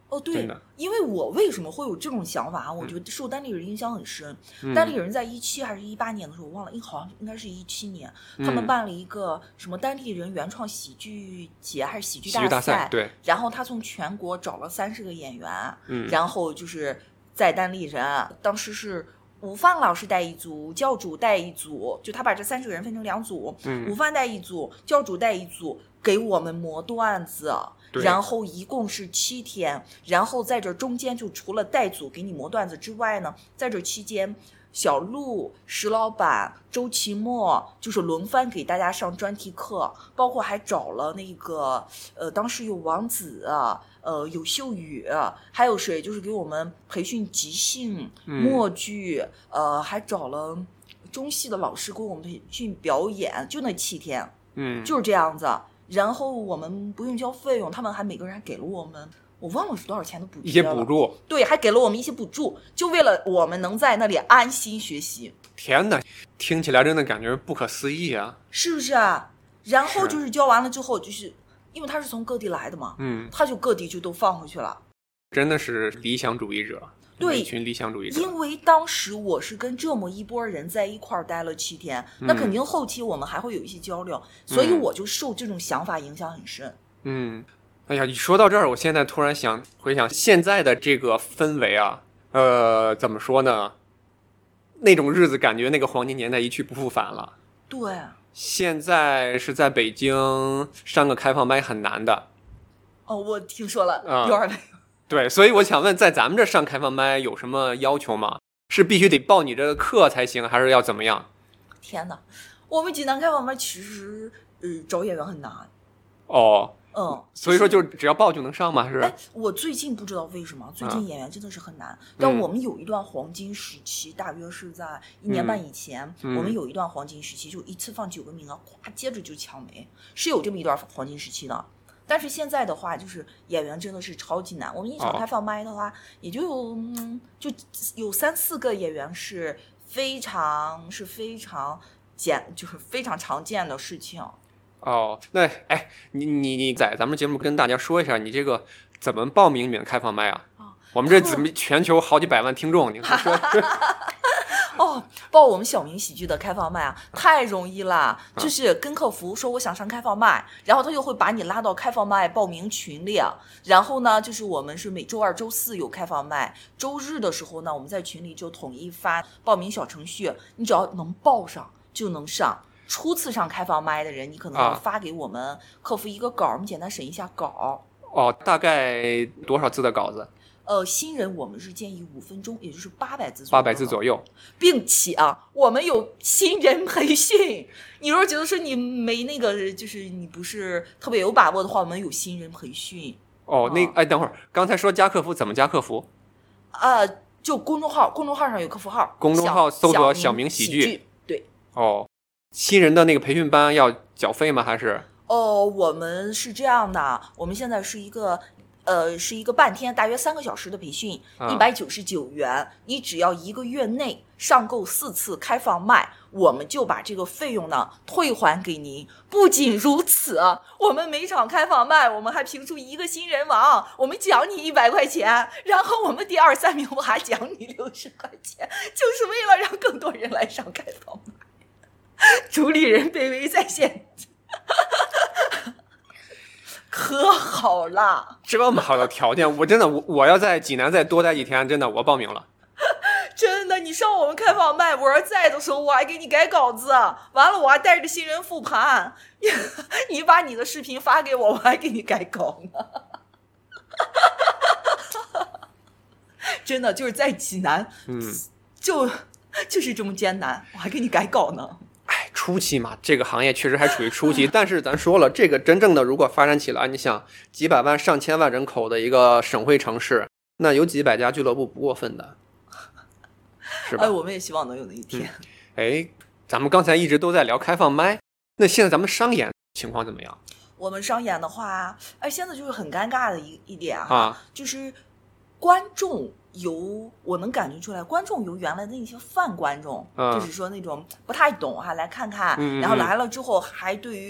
哦，对，因为我为什么会有这种想法啊？我觉得受单立人影响很深。 嗯、 单立人在一七还是一八年的时候，我忘了，好像应该是一七年， 嗯、 他们办了一个什么单立人原创喜剧节还是喜剧大赛，大赛对。 然后他从全国找了三十个演员， 嗯， 然后就是在单立人，当时是吴范老师带一组，教主带一组，就他把这三十个人分成两组， 嗯， 吴范带一组，教主带一组，给我们磨段子。然后一共是七天，然后在这中间就除了带组给你磨段子之外呢，在这期间小鹿、石老板、周奇墨就是轮番给大家上专题课，包括还找了那个呃，当时有王子，呃，有秀宇，还有谁就是给我们培训即兴、默剧，呃，还找了中戏的老师给我们培训表演，就那七天， 嗯， 就是这样子。然后我们不用交费用，他们还每个人还给了我们，我忘了是多少钱的补贴了， 一些补助， 对，还给了我们一些补助，就为了我们能在那里安心学习。 天哪，听起来真的感觉不可思议啊！ 是不是啊？然后就是交完了之后，就是因为他是从各地来的嘛， 嗯， 他就各地就都放回去了。 真的是理想主义者。 对， 一群理想主义者。 因为当时我是跟这么一波人在一块儿待了七天， 嗯、 那肯定后期我们还会有一些交流，嗯、所以我就受这种想法影响很深。 嗯，哎呀，你说到这儿，我现在突然想回想现在的这个氛围啊，呃，怎么说呢？那种日子感觉那个黄金年代一去不复返了。 对， 现在是在北京上个开放麦很难的。 哦，我听说了， 嗯、 有点。 对，所以我想问，在咱们这上开放麦有什么要求吗？是必须得报你这个课才行，还是要怎么样？ 天哪，我们济南开放麦其实呃找演员很难。 哦， 嗯， 所以说就只要报就能上吗？是？ 哎，我最近不知道为什么，最近演员真的是很难。嗯、但我们有一段黄金时期，大约是在一年半以前， 嗯、 我们有一段黄金时期，就一次放九个名额，咵接着就抢没，是有这么一段黄金时期的。但是现在的话，就是演员真的是超级难。我们一场开放麦的话，哦、也就有嗯，就有三四个演员是非常是非常简，就是非常常见的事情。 哦，那哎，你你你在咱们节目跟大家说一下，你这个怎么报名你们开放麦啊？ 哦、 我们这怎么全球好几百万听众，你说说。 哦，报我们小明喜剧的开放麦啊，太容易了，就是跟客服说我想上开放麦，然后他就会把你拉到开放麦报名群里，然后呢，就是我们是每周二、周四有开放麦，周日的时候呢，我们在群里就统一发报名小程序，你只要能报上就能上。初次上开放麦的人，你可能要发给我们客服一个稿，我们简单审一下稿。 哦，大概多少字的稿子？ 呃，新人我们是建议五分钟，也就是八百字左右。 八百字左右， 并且啊，我们有新人培训。你如果觉得说你没那个，就是你不是特别有把握的话，我们有新人培训。 哦，那哎，等会儿，刚才说加客服怎么加客服？ 呃，就公众号，公众号上有客服号， 公众号搜索“小明喜剧”。 对。 哦，新人的那个培训班要缴费吗？还是？ 哦，我们是这样的，我们现在是一个。呃，是一个半天，大约三个小时的培训，一百九十九元。你只要一个月内上够四次开放麦，我们就把这个费用呢退还给您。不仅如此，我们每场开放麦，我们还评出一个新人王，我们奖你一百块钱，然后我们第二、三名我还奖你六十块钱，就是为了让更多人来上开放麦。主理人卑微在线。可好了， 这么好的条件，我真的我我要在济南再多待几天，真的我报名了。 真的，你上我们开放麦，我要在的时候，我还给你改稿子，完了我还带着新人复盘，你把你的视频发给我，我还给你改稿呢。真的就是在济南， 嗯， 就就是这么艰难，我还给你改稿呢。 哎，初期嘛，这个行业确实还处于初期，但是咱说了，这个真正的如果发展起来，你想几百万、上千万人口的一个省会城市，那有几百家俱乐部不过分的，是吧？ 哎，我们也希望能有那一天。 嗯、哎，咱们刚才一直都在聊开放麦，那现在咱们商演情况怎么样？ 我们商演的话，哎，现在就是很尴尬的一一点哈、啊， 就是观众。由我能感觉出来，观众由原来的那些泛观众， 嗯、 就是说那种不太懂哈，来看看， 嗯、 然后来了之后还对于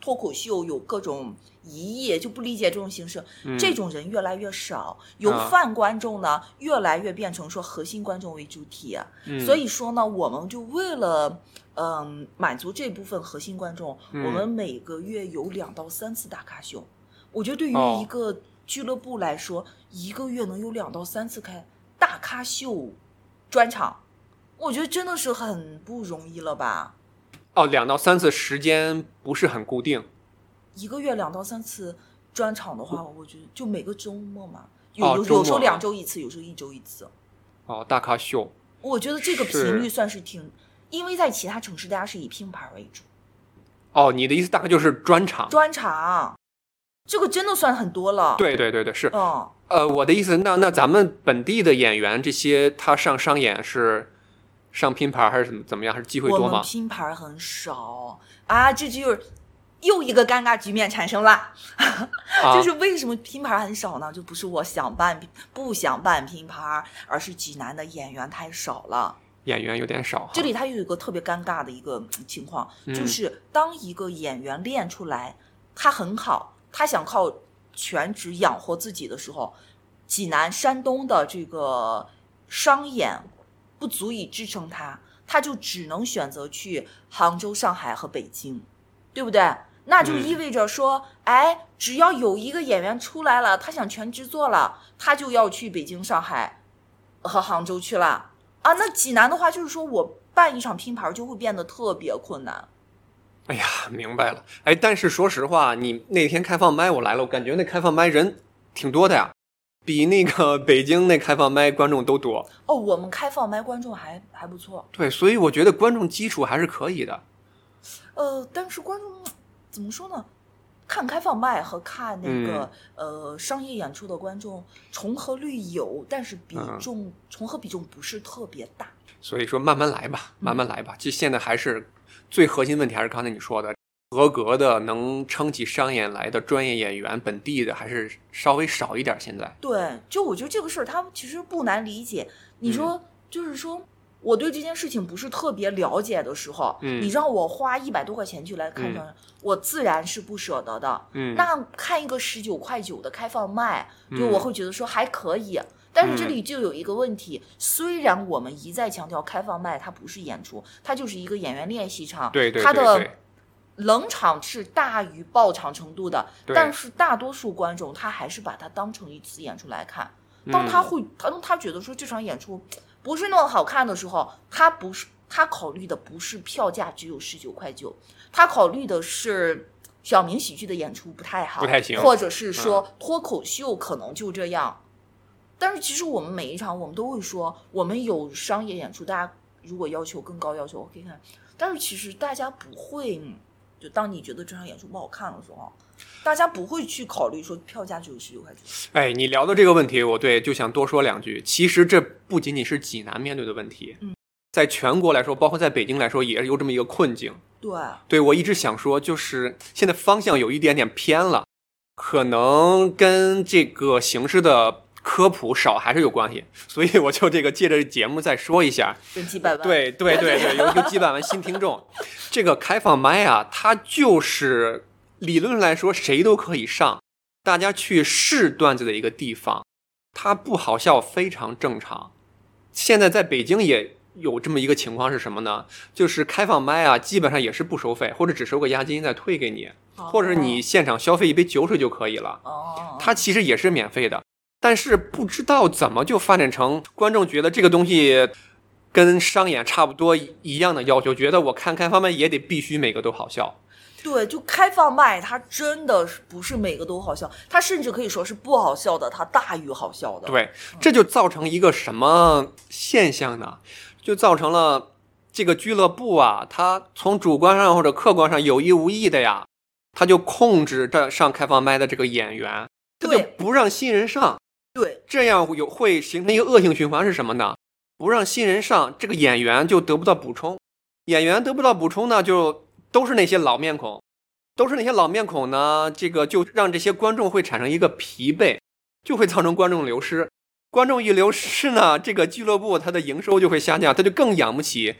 脱口秀有各种疑义，就不理解这种形式， 嗯、 这种人越来越少，由泛观众呢、啊、越来越变成说核心观众为主体、 嗯、 所以说呢，我们就为了嗯满足这部分核心观众、嗯，我们每个月有两到三次大咖秀。我觉得对于一个俱乐部来说，哦、一个月能有两到三次开大咖秀专场，我觉得真的是很不容易了吧？ 哦，两到三次时间不是很固定。 一个月两到三次专场的话，我觉得就每个周末嘛，有、 哦、 有时候两周一次，有时候一周一次。 哦，大咖秀， 我觉得这个频率算是挺，因为在其他城市大家是以拼盘为主。 哦，你的意思大概就是专场？ 专场，这个真的算很多了。 对对对对，是。 嗯， 呃，我的意思，那那咱们本地的演员这些，他上商演是上拼盘还是怎么怎么样？还是机会多吗？ 我们拼盘很少啊，这就是。又一个尴尬局面产生了，啊、就是为什么拼盘很少呢？就不是我想办不想办拼盘，而是济南的演员太少了， 演员有点少。 这里它有一个特别尴尬的一个情况， 嗯、 就是当一个演员练出来，他很好，他想靠全职养活自己的时候，济南、山东的这个商演不足以支撑他，他就只能选择去杭州、上海和北京，对不对？那就意味着说、嗯、哎，只要有一个演员出来了，他想全职做了，他就要去北京、上海和杭州去了啊。那济南的话，就是说我办一场拼盘就会变得特别困难。 哎呀，明白了。哎，但是说实话，你那天开放麦我来了，我感觉那开放麦人挺多的呀，比那个北京那开放麦观众都多。 哦，我们开放麦观众还还不错。 对，所以我觉得观众基础还是可以的。 呃，但是观众怎么说呢？看开放麦和看那个、 嗯、 呃商业演出的观众重合率有，但是比重、嗯、重合比重不是特别大。 所以说慢慢来吧，慢慢来吧。这、嗯、现在还是最核心问题，还是刚才你说的，合格的能撑起商演来的专业演员，本地的还是稍微少一点。现在对，就我觉得这个事儿，他其实不难理解。你说、嗯、就是说。我对这件事情不是特别了解的时候， 嗯， 你让我花一百多块钱去来看上、嗯，我自然是不舍得的。 嗯， 那看一个十九块九的开放麦，就我会觉得说还可以。嗯、但是这里就有一个问题、嗯，虽然我们一再强调开放麦它不是演出，它就是一个演员练习场， 对对对对， 它的冷场是大于爆场程度的，但是大多数观众他还是把它当成一次演出来看。当他会，当他觉得说这场演出不是那么好看的时候，他不是他考虑的不是票价只有十九块九，他考虑的是小明喜剧的演出不太好， 不太行， 或者是说脱口秀可能就这样。嗯、但是其实我们每一场我们都会说，我们有商业演出，大家如果要求更高要求我可以看，但是其实大家不会，就当你觉得这场演出不好看的时候，大家不会去考虑说票价只有十九块九。 哎，你聊的这个问题，我对就想多说两句。其实这不仅仅是济南面对的问题， 嗯， 在全国来说，包括在北京来说，也是有这么一个困境。 对， 对我一直想说，就是现在方向有一点点偏了，可能跟这个形式的科普少还是有关系，所以我就这个借着节目再说一下。 有几百万， 对对对对，有有几百万新听众。这个开放麦啊，它就是理论来说谁都可以上，大家去试段子的一个地方，它不好笑非常正常。现在在北京也有这么一个情况是什么呢？就是开放麦啊，基本上也是不收费，或者只收个押金再退给你，或者你现场消费一杯酒水就可以了。它其实也是免费的。但是不知道怎么就发展成观众觉得这个东西跟商演差不多一样的要求，觉得我看开放麦也得必须每个都好笑。 对，就开放麦它真的不是每个都好笑，它甚至可以说是不好笑的它大于好笑的。 对，这就造成一个什么现象呢？就造成了这个俱乐部啊，它从主观上或者客观上有意无意的呀，它就控制着上开放麦的这个演员，它就不让新人上。 对， 这样有会形成一个恶性循环是什么呢？不让新人上，这个演员就得不到补充，演员得不到补充呢，就都是那些老面孔，都是那些老面孔呢，这个就让这些观众会产生一个疲惫，就会造成观众流失。观众一流失呢，这个俱乐部它的营收就会下降，它就更养不起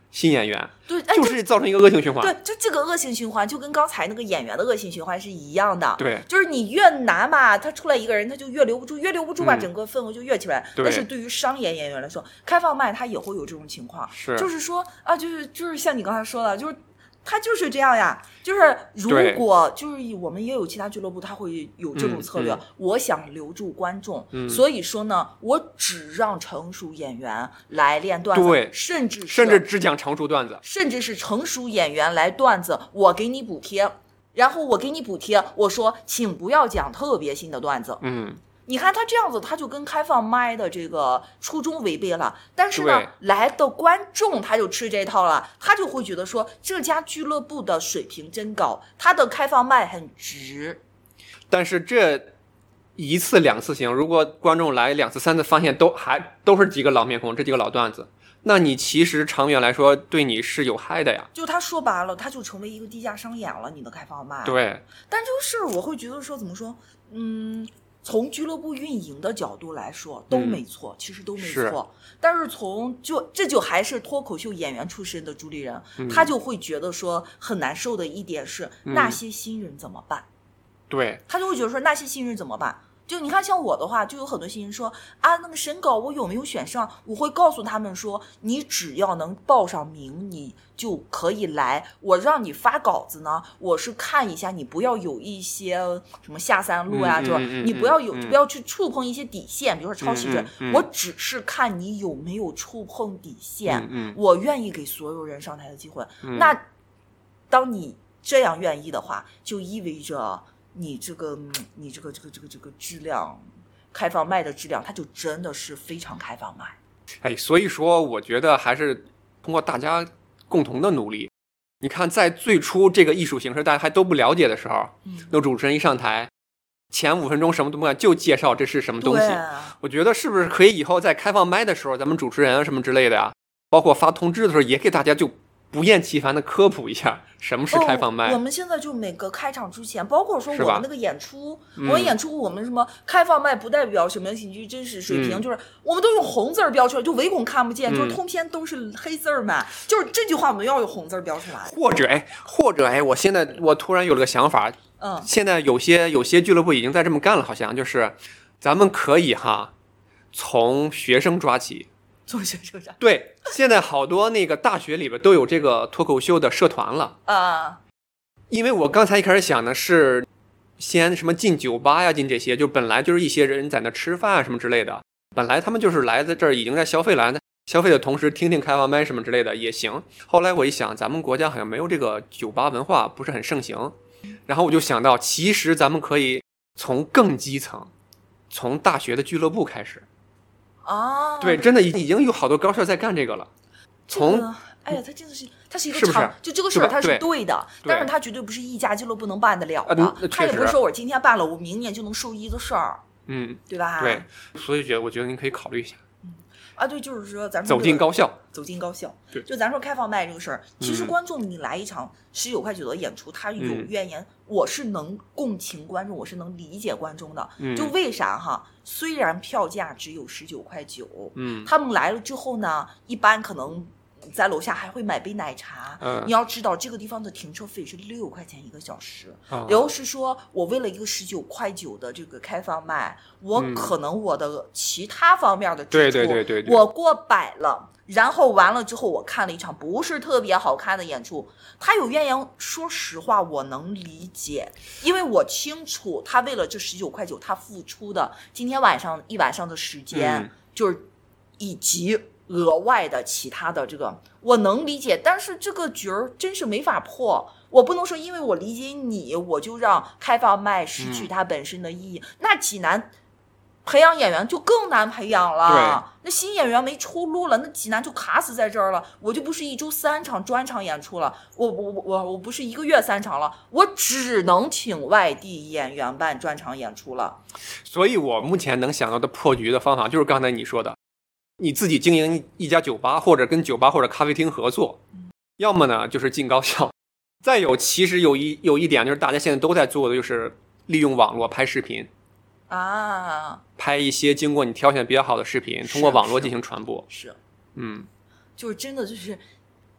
新演员， 对， 就是造成一个恶性循环。 对，就这个恶性循环就跟刚才那个演员的恶性循环是一样的。 对， 就是你越难嘛，他出来一个人他就越留不住，越留不住吧， 嗯、 整个氛围就越起来。但是对于商业演员来说，开放麦他也会有这种情况， 是就是说啊，就是就是像你刚才说的，就是。他就是这样呀，就是如果就是我们也有其他俱乐部，他会有这种策略。 嗯嗯、 我想留住观众、 嗯， 所以说呢，我只让成熟演员来练段子， 对， 甚至甚至只讲成熟段子， 甚至是成熟演员来段子，我给你补贴，然后我给你补贴，我说请不要讲特别新的段子。 嗯。 你看他这样子，他就跟开放麦的这个初衷违背了。但是呢，来的观众他就吃这套了，他就会觉得说这家俱乐部的水平真高，他的开放麦很值。 但是这一次两次行，如果观众来两次三次，发现都还都是几个老面孔，这几个老段子，那你其实长远来说对你是有害的呀。 就他说白了，他就成为一个地下商演了，你的开放麦。 对。 但这个事儿我会觉得说，怎么说，嗯。从俱乐部运营的角度来说都没错、嗯、其实都没错，但是从就这就还是脱口秀演员出身的主理人、嗯、他就会觉得说很难受的一点是、嗯、那些新人怎么办， 对， 他就会觉得说那些新人怎么办。就你看像我的话，就有很多新人说啊，那个审稿我有没有选上，我会告诉他们说你只要能报上名你就可以来，我让你发稿子呢，我是看一下你不要有一些什么下三路呀、啊， 嗯、 就是你不要有、嗯、不要去触碰一些底线，比如说抄袭者、 嗯嗯嗯、 我只是看你有没有触碰底线、 嗯嗯、 我愿意给所有人上台的机会、 嗯、 那当你这样愿意的话，就意味着你这个你这个这个这个这个质量，开放麦的质量，它就真的是非常开放麦。 哎，所以说我觉得还是通过大家共同的努力。你看在最初这个艺术形式大家还都不了解的时候，嗯，那主持人一上台前五分钟什么都不干，就介绍这是什么东西、啊、我觉得是不是可以以后在开放麦的时候，咱们主持人什么之类的呀，包括发通知的时候也给大家就不厌其烦的科普一下什么是开放麦、 哦、我们现在就每个开场之前，包括说我们那个演出， 我们演出我们什么开放麦不代表什么喜剧真实水平、嗯、就是我们都用红字标出来，就唯恐看不见、嗯、就是通篇都是黑字嘛，就是这句话我们要用红字标出来。 或者哎或者哎我现在我突然有了个想法， 嗯， 现在有些有些俱乐部已经在这么干了，好像就是咱们可以哈从学生抓起做学生啥？ 对，现在好多那个大学里边都有这个脱口秀的社团了啊。 因为我刚才一开始想的是，先什么进酒吧呀，进这些，就本来就是一些人在那吃饭啊什么之类的，本来他们就是来在这儿已经在消费了，消费的同时听听开放麦什么之类的也行。后来我一想，咱们国家好像没有这个酒吧文化，不是很盛行，然后我就想到，其实咱们可以从更基层，从大学的俱乐部开始。 哦， 对，真的已经有好多高校在干这个了。从、 这个、哎呀，它真的是，它是一个是不是就这个事儿它是对的，但是它绝对不是一家俱乐部能办得了的。 呃、 它也不是说我今天办了，我明年就能受益的事儿。 嗯， 对吧？ 对，所以觉得我觉得您可以考虑一下。 嗯啊，对，就是说咱们、 这个、走进高校， 走进高校。 对， 就咱说开放麦这个事儿，其实观众你来一场十九块九的演出，他有怨言、嗯，我是能共情观众，我是能理解观众的。 嗯， 就为啥哈？虽然票价只有十九块九， 嗯， 他们来了之后呢，一般可能在楼下还会买杯奶茶。 嗯， 你要知道这个地方的停车费是六块钱一个小时。 嗯， 然后是说我为了一个十九块九的这个开放麦，我可能我的其他方面的支出， 对对对对对， 我过百了。然后完了之后，我看了一场不是特别好看的演出，他有怨言，说实话我能理解，因为我清楚他为了这十九块九，他付出的今天晚上一晚上的时间， 嗯、 就是以及额外的其他的这个，我能理解。但是这个局儿真是没法破，我不能说因为我理解你，我就让开放麦失去它本身的意义，嗯、那济南培养演员就更难培养了，那新演员没出路了，那济南就卡死在这儿了。我就不是一周三场专场演出了，我我我我不是一个月三场了，我只能请外地演员办专场演出了。 所以我目前能想到的破局的方法就是刚才你说的，你自己经营一家酒吧，或者跟酒吧或者咖啡厅合作， 嗯、要么呢就是进高校，再有其实有一有一点就是大家现在都在做的，就是利用网络拍视频。 啊， 拍一些经过你挑选比较好的视频，通过网络进行传播。 是， 嗯， 就是真的就是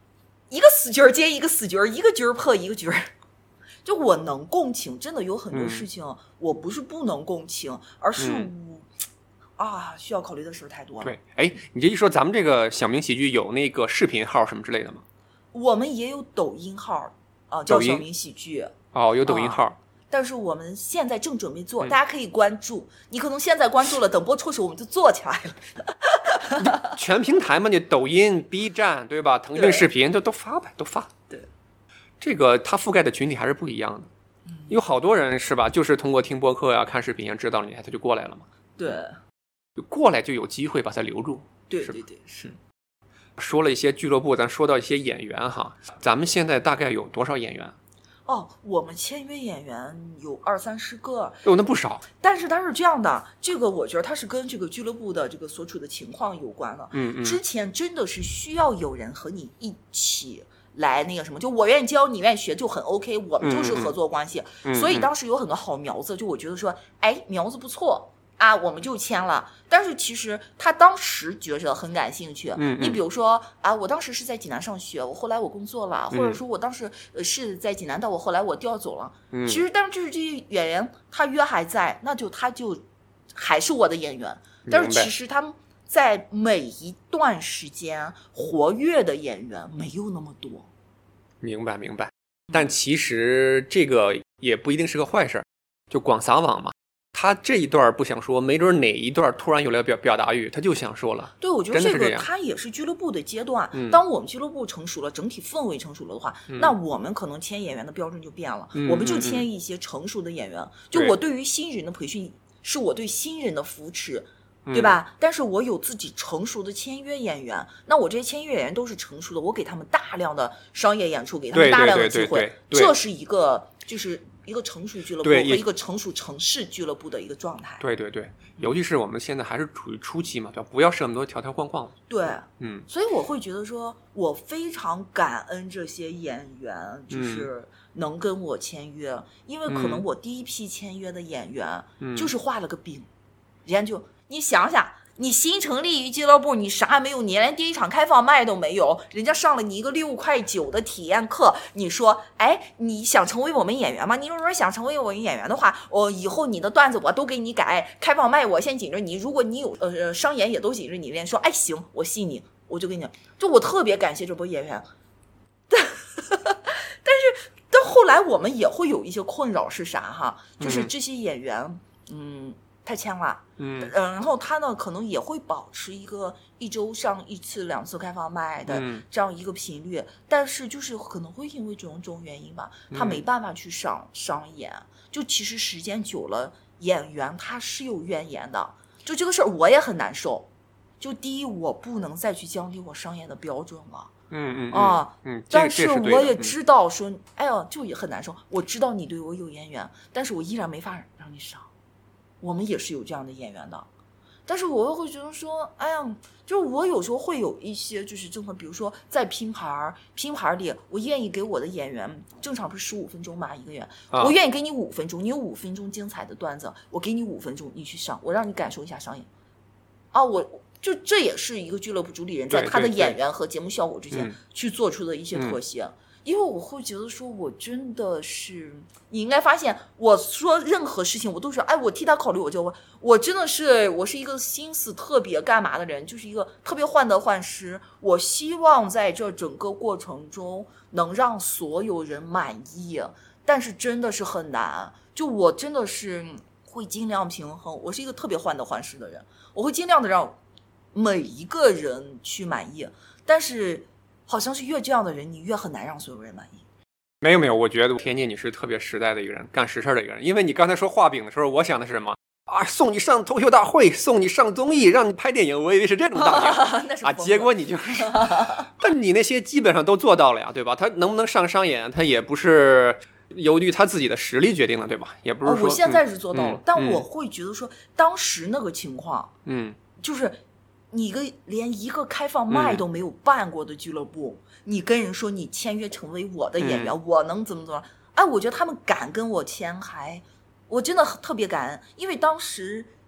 一个死角接一个死角，一个角破一个角。就我能共情，真的有很多事情，我不是不能共情，嗯、而是我、嗯、啊需要考虑的事太多了。 对，哎，你这一说，咱们这个小明喜剧有那个视频号什么之类的吗？ 我们也有抖音号啊、呃，叫小明喜剧。 哦，有抖音号。啊， 但是我们现在正准备做，嗯、大家可以关注。你可能现在关注了，等播出时我们就做起来了。 全平台嘛，你抖音、B 站对吧？腾讯视频就都发呗，都发。 对， 这个它覆盖的群体还是不一样的。嗯、有好多人是吧？就是通过听播客呀、啊、看视频呀，知道你，他就过来了嘛。 对， 就过来就有机会把他留住。 对对对，是。 说了一些俱乐部，咱说到一些演员哈，咱们现在大概有多少演员？ 哦，我们签约演员有二三十个， 有那不少。 但是它是这样的，这个我觉得它是跟这个俱乐部的这个所处的情况有关的。 嗯嗯。 之前真的是需要有人和你一起来那个什么，就我愿意教，你愿意学，就很 OK， 我们就是合作关系。 嗯嗯。 所以当时有很多好苗子，就我觉得说，哎，苗子不错。啊，我们就签了，但是其实他当时觉着很感兴趣。 嗯， 你比如说啊，我当时是在济南上学，我后来我工作了， 嗯、 或者说我当时呃是在济南，但我后来我调走了。 嗯， 其实但是就是这些演员，他约还在，那就他就还是我的演员。但是其实他们在每一段时间活跃的演员没有那么多。 明白明白，但其实这个也不一定是个坏事，就广撒网嘛。他这一段不想说，没准哪一段突然有了表表达欲，他就想说了。 对，我觉得这个他也是俱乐部的阶段。 嗯、 当我们俱乐部成熟了，整体氛围成熟了的话， 嗯、 那我们可能签演员的标准就变了。 嗯、 我们就签一些成熟的演员。 嗯、 就我对于新人的培训，是我对新人的扶持， 嗯、 对吧？但是我有自己成熟的签约演员，那我这些签约演员都是成熟的，我给他们大量的商业演出，给他们大量的机会，这是一个就是。一个成熟俱乐部和一个成熟城市俱乐部的一个状态。 对对对，尤其是我们现在还是处于初期嘛，不要设那么多条条框框。 对， 嗯， 所以我会觉得说，我非常感恩这些演员，就是能跟我签约，嗯、因为可能我第一批签约的演员就是画了个饼，嗯、人家就你想想。你新成立一俱乐部，你啥也没有，你连第一场开放麦都没有，人家上了你一个六块九的体验课，你说，哎，你想成为我们演员吗？你如果想成为我们演员的话，我以后你的段子我都给你改，开放麦我先紧着你，如果你有呃商演也都紧着你练，说，哎行，我信你，我就跟你讲，就我特别感谢这波演员，但是到后来我们也会有一些困扰是啥哈，就是这些演员，嗯。嗯太签了， 嗯， 然后他呢可能也会保持一个一周上一次两次开放麦的这样一个频率，嗯、但是就是可能会因为种种原因吧，他没办法去上商演。就其实时间久了，演员他是有怨言的，就这个事儿我也很难受。就第一，我不能再去降低我商演的标准了。 嗯嗯啊， 嗯， 但是我也知道说，嗯、哎呀，就也很难受。我知道你对我有眼缘，但是我依然没法让你上。我们也是有这样的演员的，但是我又会觉得说，哎呀，就是我有时候会有一些就是正常，比如说在拼盘拼盘里，我愿意给我的演员，正常不是十五分钟嘛一个月， 啊、 我愿意给你五分钟，你有五分钟精彩的段子，我给你五分钟，你去上，我让你感受一下商演。啊，我就这也是一个俱乐部主理人在他的演员和节目效果之间去做出的一些妥协。嗯因为我会觉得说，我真的是，你应该发现，我说任何事情，我都是，哎，我替他考虑，我就问，我真的是，我是一个心思特别干嘛的人，就是一个特别患得患失。我希望在这整个过程中能让所有人满意，但是真的是很难。就我真的是会尽量平衡，我是一个特别患得患失的人，我会尽量的让每一个人去满意，但是。好像是越这样的人，你越很难让所有人满意。 没有没有，我觉得田姐你是特别实在的一个人，干实事的一个人。因为你刚才说画饼的时候，我想的是什么啊？送你上脱口秀大会，送你上综艺，让你拍电影，我以为是这种大饼啊，结果你就是，但你那些基本上都做到了呀，对吧？他能不能上商演，他也不是由于他自己的实力决定的，对吧？也不是说、 哦、我现在是做到了， 嗯、 但我会觉得说，当时那个情况， 嗯， 就是。你一个连一个开放麦都没有办过的俱乐部，嗯、你跟人说你签约成为我的演员，嗯、我能怎么怎么？哎，我觉得他们敢跟我签，还我真的特别感恩，因为当时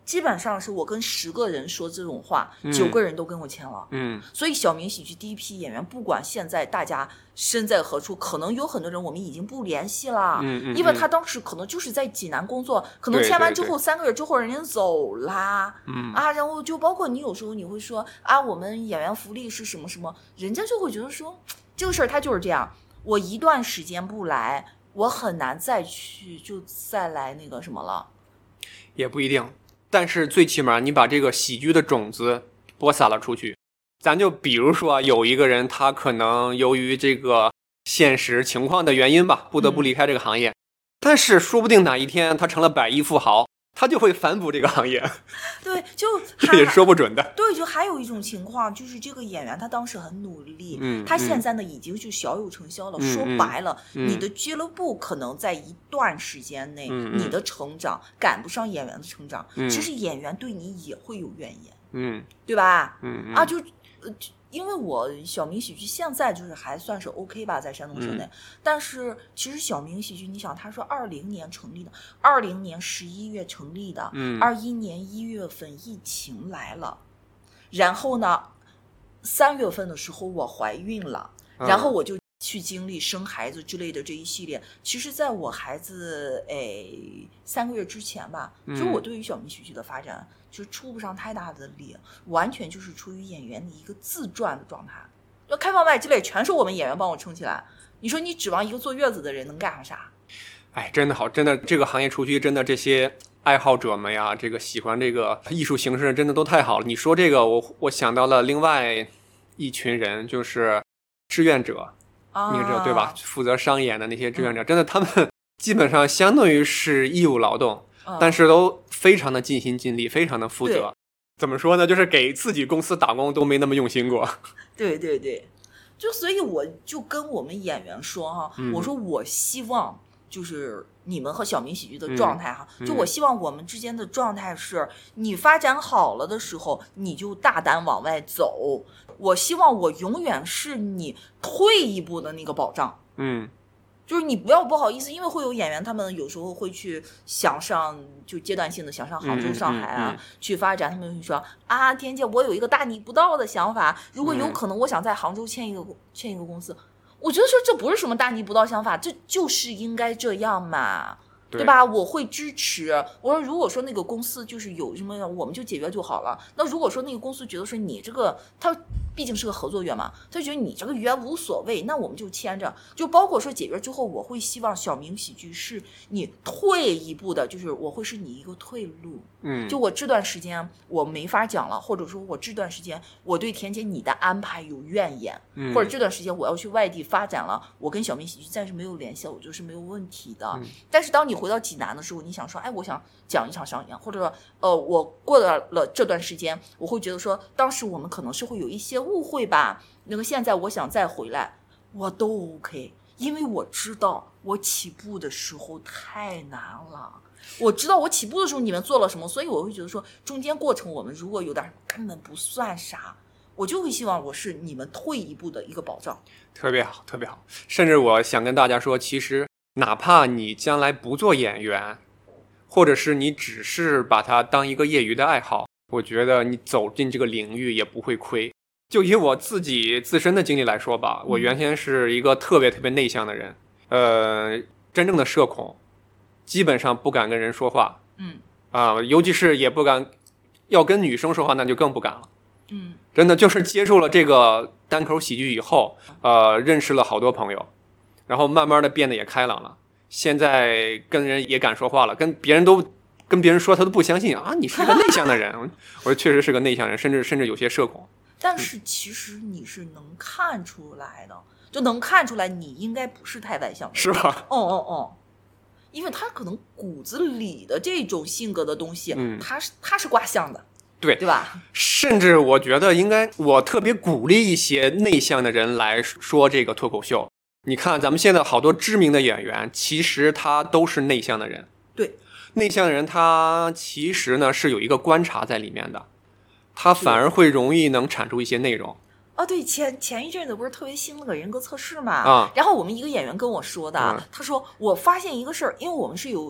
基本上是我跟十个人说这种话，九、嗯、个人都跟我签了。 嗯， 所以小明喜剧第一批演员，不管现在大家身在何处，可能有很多人我们已经不联系了。 嗯嗯， 因为他当时可能就是在济南工作，可能签完之后三个月之后人家走啦。 嗯啊，然后就包括你有时候你会说啊，我们演员福利是什么什么，人家就会觉得说这个事儿他就是这样，我一段时间不来，我很难再去就再来那个什么了。 也不一定。但是最起码你把这个喜剧的种子播撒了出去，咱就比如说有一个人他可能由于这个现实情况的原因吧，不得不离开这个行业、嗯、但是说不定哪一天他成了百亿富豪，他就会反哺这个行业。 对，就这也说不准的。 对，就还有一种情况，就是这个演员他当时很努力， 嗯， 他现在呢、嗯、已经就小有成效了。 嗯、 说白了、 嗯， 你的俱乐部可能在一段时间内， 嗯、 你的成长赶不上演员的成长、 嗯， 其实演员对你也会有怨言， 嗯， 对吧？ 嗯啊，就呃。因为我小明喜剧现在就是还算是 OK 吧，在山东省内、嗯，但是其实小明喜剧，你想，他说二零年成立的，二零年十一月成立的， 嗯， 二一年一月份疫情来了，然后呢，三月份的时候我怀孕了，然后我就去经历生孩子之类的这一系列。其实，在我孩子诶三个月之前吧，其实我对于小明喜剧的发展。就出不上太大的力，完全就是出于演员的一个自传的状态。就开放麦之类全是我们演员帮我撑起来。你说你指望一个坐月子的人能干上啥？ 哎，真的好，真的这个行业出去，真的这些爱好者们呀，这个喜欢这个艺术形式真的都太好了。你说这个，我我想到了另外一群人，就是志愿者， 啊、 你知道对吧？负责商演的那些志愿者，嗯、真的他们基本上相当于是义务劳动。但是都非常的尽心尽力，非常的负责。怎么说呢？就是给自己公司打工都没那么用心过。 对对对，就所以我就跟我们演员说哈、嗯，我说我希望就是你们和小明喜剧的状态哈、嗯，就我希望我们之间的状态是，你发展好了的时候，你就大胆往外走。我希望我永远是你退一步的那个保障。 嗯。 就是你不要不好意思，因为会有演员，他们有时候会去想上，就阶段性的想上杭州、上海啊、 嗯嗯嗯、 去发展。他们会说啊，田姐，我有一个大逆不道的想法，如果有可能，我想在杭州签一个、嗯、签一个公司。我觉得说这不是什么大逆不道想法，这就是应该这样嘛， 对, 对吧？我会支持。我说，如果说那个公司就是有什么，我们就解约就好了。那如果说那个公司觉得说你这个他。毕竟是个合作约嘛，他觉得你这个约无所谓，那我们就签着。就包括说解约之后，我会希望小明喜剧是你退一步的，就是我会是你一个退路。 嗯， 就我这段时间我没法讲了，或者说我这段时间我对田姐你的安排有怨言， 嗯、 或者这段时间我要去外地发展了，我跟小明喜剧暂时没有联系了，我觉得是没有问题的。 嗯、 但是当你回到济南的时候，你想说，哎，我想讲一场商演，或者说呃，我过了这段时间，我会觉得说，当时我们可能是会有一些误会吧。那个现在我想再回来，我都 OK， 因为我知道我起步的时候太难了，我知道我起步的时候你们做了什么，所以我会觉得说中间过程我们如果有点根本不算啥，我就会希望我是你们退一步的一个保障。 特别好，特别好。甚至我想跟大家说，其实哪怕你将来不做演员，或者是你只是把它当一个业余的爱好，我觉得你走进这个领域也不会亏。就以我自己自身的经历来说吧，我原先是一个特别特别内向的人，呃，真正的社恐，基本上不敢跟人说话， 嗯， 啊、呃，尤其是也不敢要跟女生说话，那就更不敢了， 嗯， 真的就是接触了这个单口喜剧以后，呃，认识了好多朋友，然后慢慢的变得也开朗了，现在跟人也敢说话了，跟别人都跟别人说他都不相信啊，你是个内向的人，我说确实是个内向人，甚至甚至有些社恐。 但是其实你是能看出来的，就能看出来你应该不是太外向的， 是吧？ 哦哦哦，因为他可能骨子里的这种性格的东西， 嗯， 他是他是卦象的， 对对吧？ 甚至我觉得应该，我特别鼓励一些内向的人来说这个脱口秀。你看咱们现在好多知名的演员，其实他都是内向的人。 对， 内向的人他其实呢是有一个观察在里面的。他反而会容易能产出一些内容。 哦，对，前前一阵子不是特别兴那个人格测试嘛， 啊， 然后我们一个演员跟我说的， 嗯、 他说我发现一个事儿，因为我们是有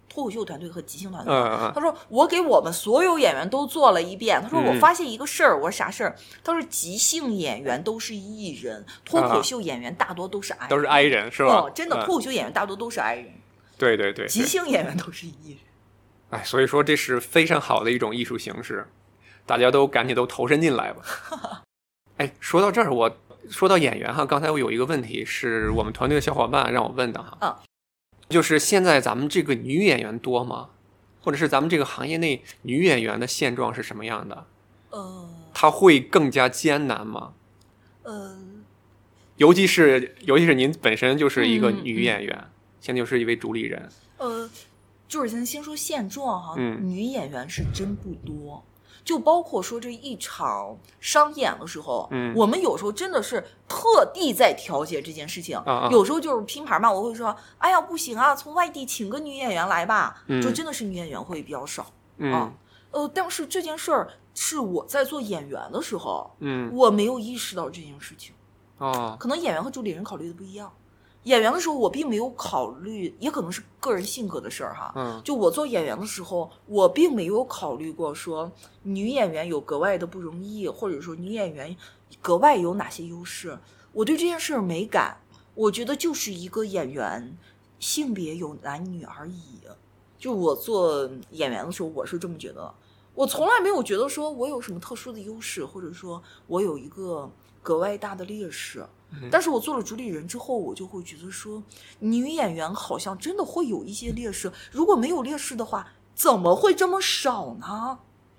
脱口秀团队和即兴团队。 嗯、 他说我给我们所有演员都做了一遍。他说我发现一个事儿、嗯，我说啥事儿？他说即兴演员都是 E 人，脱口秀演员大多都是 I 人、啊、 都是 I 人是吧？ 哦，真的，脱口秀演员大多都是 I 人。 对对对， 即兴演员都是 E 人。 哎，所以说这是非常好的一种艺术形式，大家都赶紧都投身进来吧。哎，说到这儿，我说到演员哈，刚才我有一个问题是我们团队的小伙伴让我问的哈， 嗯， 就是现在咱们这个女演员多吗？或者是咱们这个行业内女演员的现状是什么样的？ 呃， 它会更加艰难吗？ 呃， 尤其是尤其是您本身就是一个女演员，嗯嗯、现在就是一位主理人。 呃，就是咱先说现状哈， 嗯， 女演员是真不多。就包括说这一场商演的时候， 嗯， 我们有时候真的是特地在调节这件事情， 啊啊有时候就是拼盘嘛，我会说，哎呀不行啊，从外地请个女演员来吧， 嗯、 就真的是女演员会比较少， 嗯啊，呃，但是这件事儿是我在做演员的时候， 嗯， 我没有意识到这件事情， 哦， 可能演员和主理人考虑的不一样。演员的时候我并没有考虑，也可能是个人性格的事儿哈。 嗯， 就我做演员的时候，我并没有考虑过说女演员有格外的不容易，或者说女演员格外有哪些优势。我对这件事儿没感，我觉得就是一个演员性别有男女而已。就我做演员的时候，我是这么觉得，我从来没有觉得说我有什么特殊的优势，或者说我有一个格外大的劣势。但是我做了主理人之后，我就会觉得说女演员好像真的会有一些劣势，如果没有劣势的话怎么会这么少呢？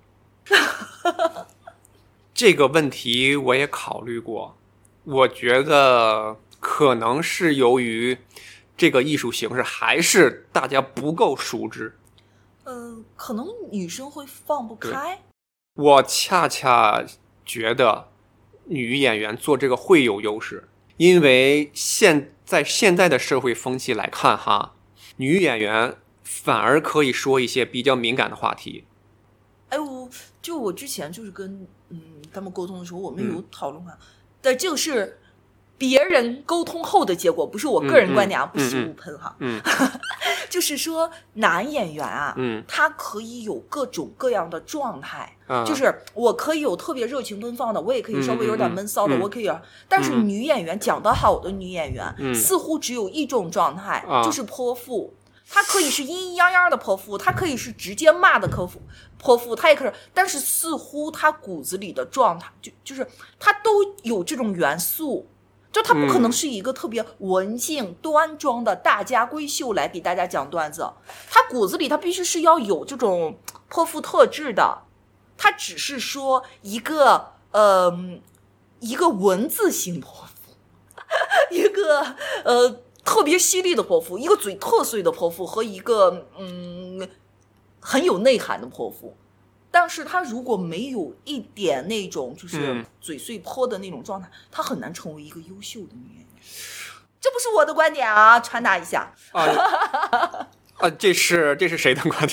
这个问题我也考虑过，我觉得可能是由于这个艺术形式还是大家不够熟知， 呃，可能女生会放不开。 我恰恰觉得女演员做这个会有优势，因为现在现在的社会风气来看哈，女演员反而可以说一些比较敏感的话题。 哎，我就我之前就是跟嗯他们沟通的时候，我们有讨论过，嗯、但这个是别人沟通后的结果，不是我个人观点啊， 嗯、 不喜勿喷哈。 嗯， 就是说男演员啊， 嗯， 他可以有各种各样的状态。 嗯、 就是我可以有特别热情奔放的，我也可以稍微有点闷骚的， 嗯、 我可以、啊。但是女演员、嗯、讲得好的女演员、 嗯、 似乎只有一种状态、 嗯、 就是泼妇。她可以是阴阴阳阳的泼妇，她可以是直接骂的泼妇，泼妇她也可以，但是似乎她骨子里的状态就就是她都有这种元素。就她不可能是一个特别文静端庄的大家闺秀来给大家讲段子，她骨子里她必须是要有这种泼妇特质的。他只是说一个呃一个文字型泼妇，一个呃特别犀利的泼妇，一个嘴特碎的泼妇和一个嗯很有内涵的泼妇。但是他如果没有一点那种就是嘴碎泼的那种状态，嗯、他很难成为一个优秀的女演员。这不是我的观点啊，传达一下。 啊，啊这是这是谁的观点？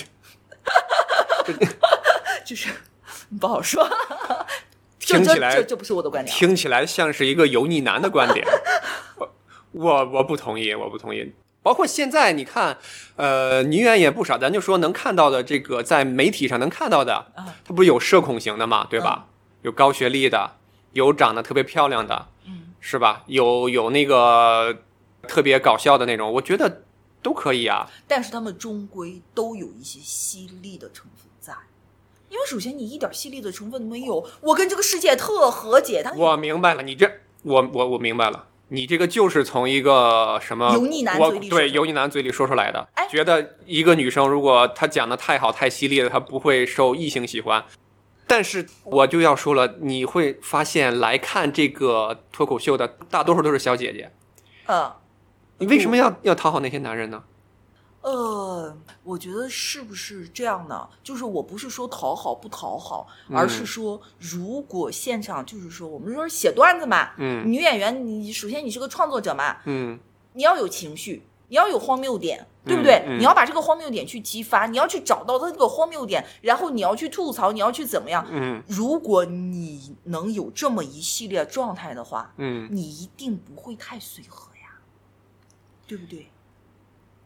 就是不好说， 听起来这 这, 这不是我的观点， 听起来像是一个油腻男的观点。我我不同意，我不同意。包括现在你看，呃，女演员也不少，咱就说能看到的这个在媒体上能看到的，它不是有社恐型的嘛，对吧？嗯、有高学历的，有长得特别漂亮的， 嗯，是吧？有有那个特别搞笑的那种，我觉得都可以啊。 但是他们终归都有一些犀利的成分在。因为首先你一点犀利的成分都没有，我跟这个世界特和解。 我明白了，你这我我我明白了，你这个就是从一个什么油腻男嘴里说对油腻男嘴里说出来的，哎，觉得一个女生如果她讲的太好太犀利了，她不会受异性喜欢。但是我就要说了，你会发现来看这个脱口秀的大多数都是小姐姐， 嗯， 你为什么要要讨好那些男人呢？ 呃，我觉得是不是这样呢？就是我不是说讨好不讨好，而是说如果现场就是说我们说写段子嘛，嗯，女演员你首先你是个创作者嘛， 嗯， 你要有情绪，你要有荒谬点，对不对？ 嗯嗯、 你要把这个荒谬点去激发，你要去找到它这个荒谬点，然后你要去吐槽，你要去怎么样？ 嗯， 如果你能有这么一系列状态的话， 嗯， 你一定不会太随和呀，对不对？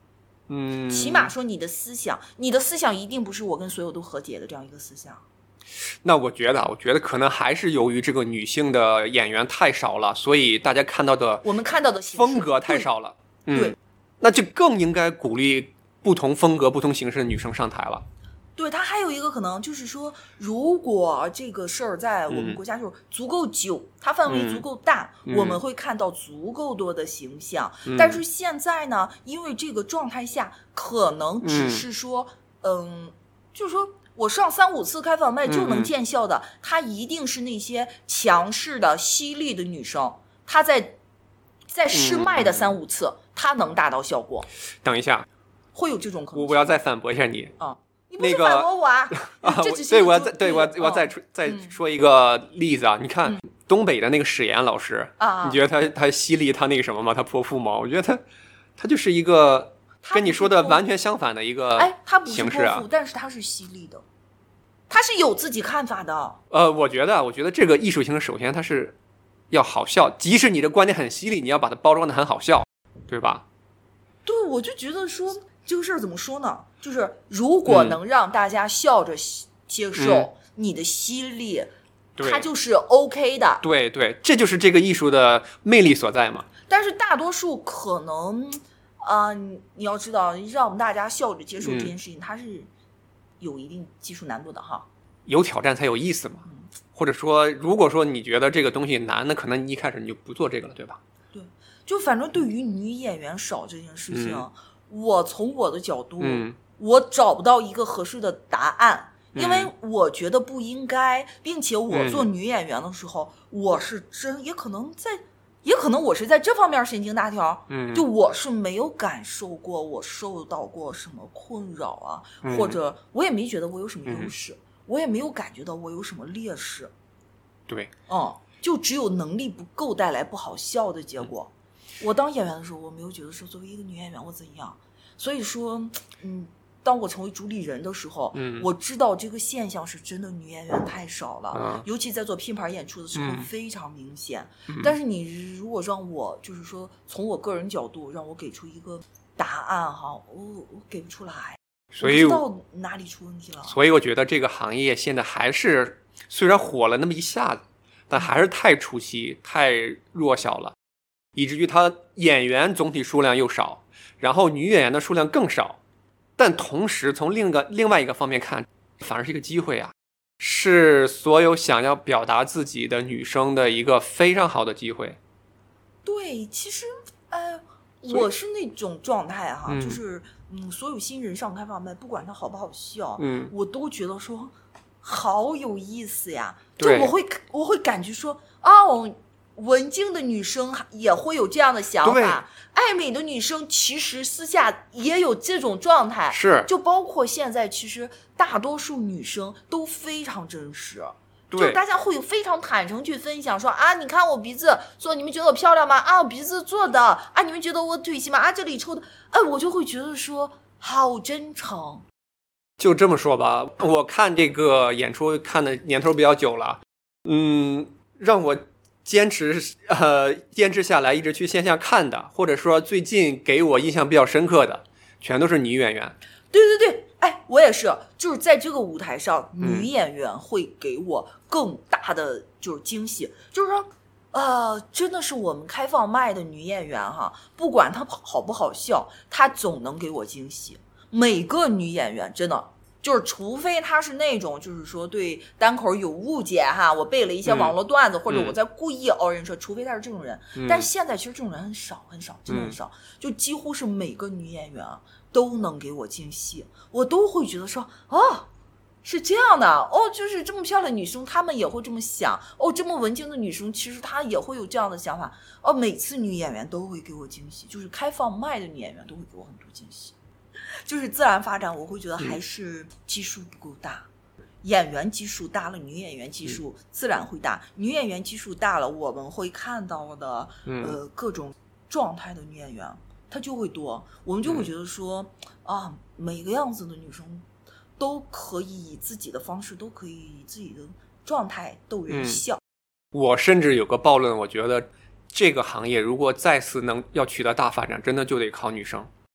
嗯， 起码说你的思想，你的思想一定不是我跟所有都和解的这样一个思想。 那我觉得，我觉得可能还是由于这个女性的演员太少了，所以大家看到的我们看到的风格太少了。 对，嗯、对， 那就更应该鼓励不同风格、不同形式的女生上台了。 对，它还有一个可能就是说，如果这个事儿在我们国家就是足够久，嗯、它范围足够大，嗯、我们会看到足够多的形象。嗯、但是现在呢，因为这个状态下，可能只是说，嗯，嗯就是说我上三五次开放麦就能见效的，嗯、它一定是那些强势的、犀利的女生，她在在试麦的三五次，嗯、她能达到效果。 等一下， 会有这种可能性。 我我要再反驳一下你啊。你不是反驳我啊？ 那个、 这只是对，我要再对我我要再、 哦、 再说一个例子啊！你看、嗯、东北的那个史岩老师啊， 你觉得他他犀利，他那个什么吗？他泼妇吗？我觉得他他就是一个跟你说的完全相反的一个形式啊。 哎，他不是泼妇，但是他是犀利的，他是有自己看法的。 呃，我觉得，我觉得这个艺术形式首先它是要好笑，即使你的观点很犀利，你要把它包装的很好笑，对吧？ 对，我就觉得说。这个事儿怎么说呢？就是如果能让大家笑着接受你的犀利， 嗯、 它就是 OK 的。 对对，这就是这个艺术的魅力所在嘛。 但是大多数可能，啊、呃，你要知道，让大家笑着接受这件事情，嗯、它是有一定技术难度的哈。 有挑战才有意思嘛。 嗯、 或者说，如果说你觉得这个东西难，那可能你一开始你就不做这个了，对吧？ 对，就反正对于女演员少这件事情。嗯我从我的角度、 嗯、 我找不到一个合适的答案、 嗯、 因为我觉得不应该，并且我做女演员的时候、嗯、我是真也可能在也可能我是在这方面神经大条、 嗯、 就我是没有感受过我受到过什么困扰啊、 嗯、 或者我也没觉得我有什么优势、嗯、我也没有感觉到我有什么劣势。 对， 嗯，就只有能力不够带来不好笑的结果、嗯、我当演员的时候我没有觉得说作为一个女演员我怎样，所以说嗯，当我成为主理人的时候、 嗯、 我知道这个现象是真的女演员太少了、 嗯、 尤其在做拼盘演出的时候、嗯、非常明显、 嗯、 但是你如果让我就是说从我个人角度让我给出一个答案哈，我我给不出来， 所以我不知道哪里出问题了。 所以我觉得这个行业现在还是虽然火了那么一下子，但还是太初期太弱小了，以至于它演员总体数量又少，然后女演员的数量更少，但同时从另一个另外一个方面看，反而是一个机会啊，是所有想要表达自己的女生的一个非常好的机会。 对，其实呃我是那种状态哈、 嗯、 就是嗯，所有新人上开放麦不管他好不好笑， 嗯， 我都觉得说好有意思呀，就我会我会感觉说哦，文静的女生也会有这样的想法，爱美的女生其实私下也有这种状态， 是， 就包括现在其实大多数女生都非常真实， 对， 就大家会有非常坦诚去分享说啊，你看我鼻子做，你们觉得我漂亮吗？啊，我鼻子做的啊，你们觉得我腿细吗？啊，这里抽的，哎，我就会觉得说好真诚。 就这么说吧，我看这个演出看的年头比较久了，嗯，让我坚持呃坚持下来一直去线下看的，或者说最近给我印象比较深刻的，全都是女演员。 对对对，哎，我也是，就是在这个舞台上，嗯、女演员会给我更大的就是惊喜，就是说，呃，真的是我们开放麦的女演员哈，不管她好不好笑，她总能给我惊喜。每个女演员真的就是，除非她是那种就是说对单口有误解哈，我背了一些网络段子，嗯、或者我在故意凹人设，嗯、除非她是这种人。嗯、但现在其实这种人很少很少，真的很少，嗯、就几乎是每个女演员都能给我惊喜，我都会觉得说哦，是这样的哦，就是这么漂亮的女生，她们也会这么想哦，这么文静的女生，其实她也会有这样的想法哦。每次女演员都会给我惊喜，就是开放麦的女演员都会给我很多惊喜。就是自然发展，我会觉得还是基数不够大。嗯、演员基数大了，女演员基数自然会大。嗯、女演员基数大了，我们会看到的、嗯、呃各种状态的女演员，她就会多。我们就会觉得说、嗯、啊，每个样子的女生都可以以自己的方式，都可以以自己的状态逗人笑。 嗯、我甚至有个暴论，我觉得这个行业如果再次能要取得大发展，真的就得靠女生。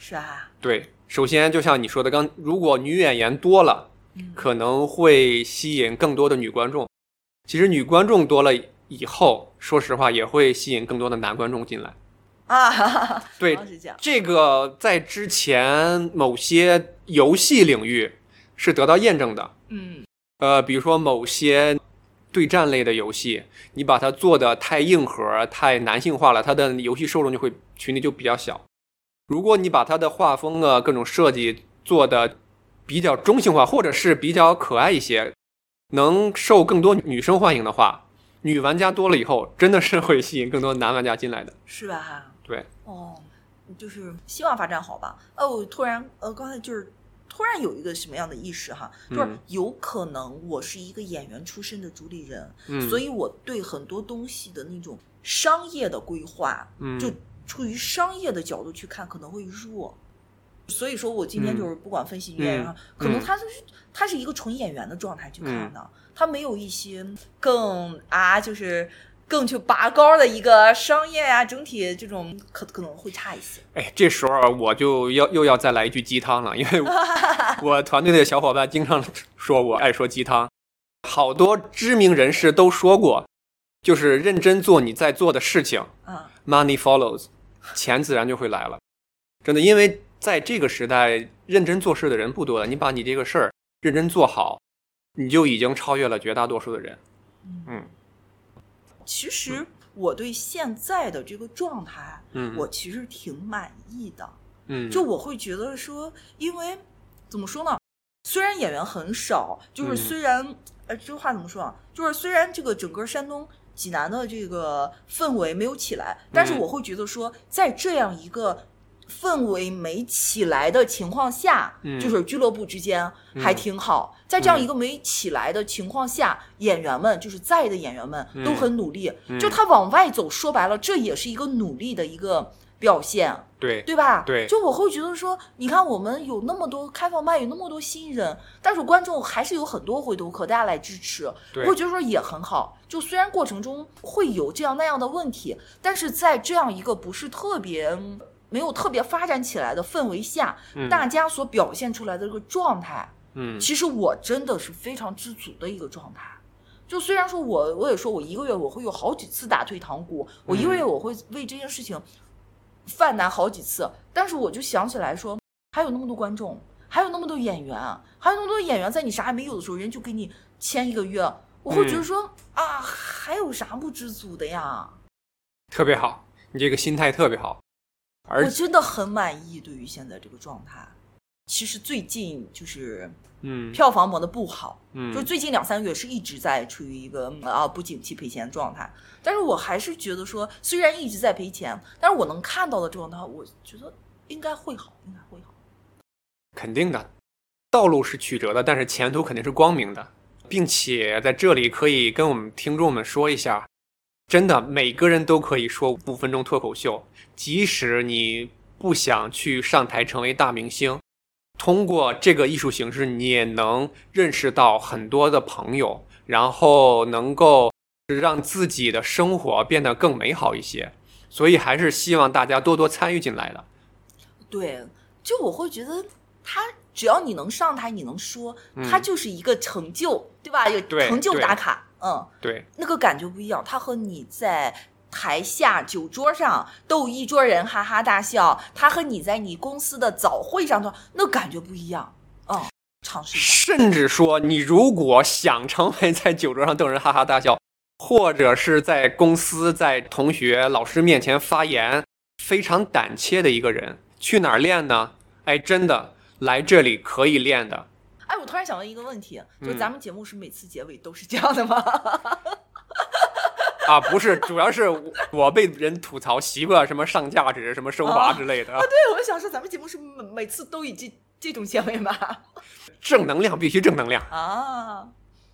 是啊， 对，首先就像你说的，刚如果女演员多了， 嗯， 可能会吸引更多的女观众。其实女观众多了以后，说实话也会吸引更多的男观众进来。 啊，哈哈哈， 对， 是这样。 这个在之前某些游戏领域是得到验证的。 嗯， 呃，比如说某些对战类的游戏，你把它做的太硬核、太男性化了，它的游戏受众就会群体就比较小。如果你把它的画风啊、各种设计做的比较中性化，或者是比较可爱一些，能受更多女生欢迎的话，女玩家多了以后，真的是会吸引更多男玩家进来的。 是吧？ 对， 哦，就是希望发展好吧。哦，我突然呃，刚才就是突然有一个什么样的意识哈，就是有可能我是一个演员出身的主理人， 嗯， 所以我对很多东西的那种商业的规划， 嗯， 就出于商业的角度去看可能会弱。所以说我今天就是不管分析演员、嗯、可能他就是他是一个纯演员的状态去看的、嗯、他没有一些更啊就是更去拔高的一个商业啊整体这种可可能会差一些。 哎，这时候我就要又要再来一句鸡汤了，因为我团队的小伙伴经常说我爱说鸡汤，好多知名人士都说过，就是认真做你在做的事情、嗯、money follows， 钱自然就会来了。真的，因为在这个时代认真做事的人不多了，你把你这个事儿认真做好，你就已经超越了绝大多数的人。嗯， 其实我对现在的这个状态、 嗯、 我其实挺满意的。 嗯， 就我会觉得说，因为怎么说呢，虽然演员很少，就是虽然、嗯、呃这话怎么说啊，就是虽然这个整个山东济南的这个氛围没有起来，但是我会觉得说在这样一个氛围没起来的情况下、嗯、就是俱乐部之间还挺好、嗯、在这样一个没起来的情况下、嗯、演员们就是在的演员们都很努力、嗯、就他往外走，说白了这也是一个努力的一个表现， 对对吧？ 对， 就我会觉得说，你看我们有那么多开放麦，有那么多新人，但是观众还是有很多回头客，大家来支持，我会觉得说也很好。就虽然过程中会有这样那样的问题，但是在这样一个不是特别没有特别发展起来的氛围下、嗯、大家所表现出来的这个状态，嗯，其实我真的是非常知足的一个状态。就虽然说我我也说我一个月我会有好几次打退堂鼓，我一个月我会为这件事情犯难好几次，但是我就想起来说，还有那么多观众，还有那么多演员，还有那么多演员在你啥也没有的时候，人就给你签一个月，我会觉得说、嗯、啊，还有啥不知足的呀？ 特别好，你这个心态特别好。而我真的很满意对于现在这个状态。其实最近就是嗯，票房磨得不好，嗯，就最近两三个月是一直在处于一个啊不景气赔钱的状态。但是我还是觉得说，虽然一直在赔钱，但是我能看到的状态，我觉得应该会好，应该会好。 肯定的，道路是曲折的，但是前途肯定是光明的，并且在这里可以跟我们听众们说一下，真的每个人都可以说五分钟脱口秀，即使你不想去上台成为大明星。通过这个艺术形式，你也能认识到很多的朋友，然后能够让自己的生活变得更美好一些。所以还是希望大家多多参与进来的。 对，就我会觉得他只要你能上台，你能说，他就是一个成就，嗯、对吧？有成就打卡，嗯， 对， 那个感觉不一样。他和你在台下酒桌上逗一桌人哈哈大笑，他和你在你公司的早会上的那感觉不一样。嗯，尝试一下。 甚至说你如果想成为在酒桌上逗人哈哈大笑，或者是在公司在同学老师面前发言非常胆怯的一个人，去哪儿练呢？哎，真的来这里可以练的。 哎，我突然想到一个问题，就咱们节目是每次结尾都是这样的吗？嗯啊，不是，主要是我被人吐槽习惯什么上价值、什么升华之类的。 啊，啊对，我就想说，咱们节目是每次都以这这种结尾吧？ 正能量必须正能量啊！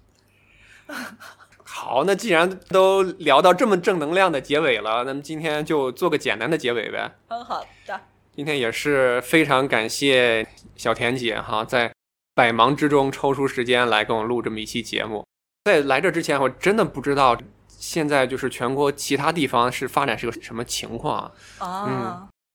好，那既然都聊到这么正能量的结尾了，那么今天就做个简单的结尾呗。 嗯，好的。 今天也是非常感谢小田姐哈，在百忙之中抽出时间来跟我录这么一期节目。在来这之前，我真的不知道。现在就是全国其他地方是发展是个什么情况啊？ 啊， 嗯，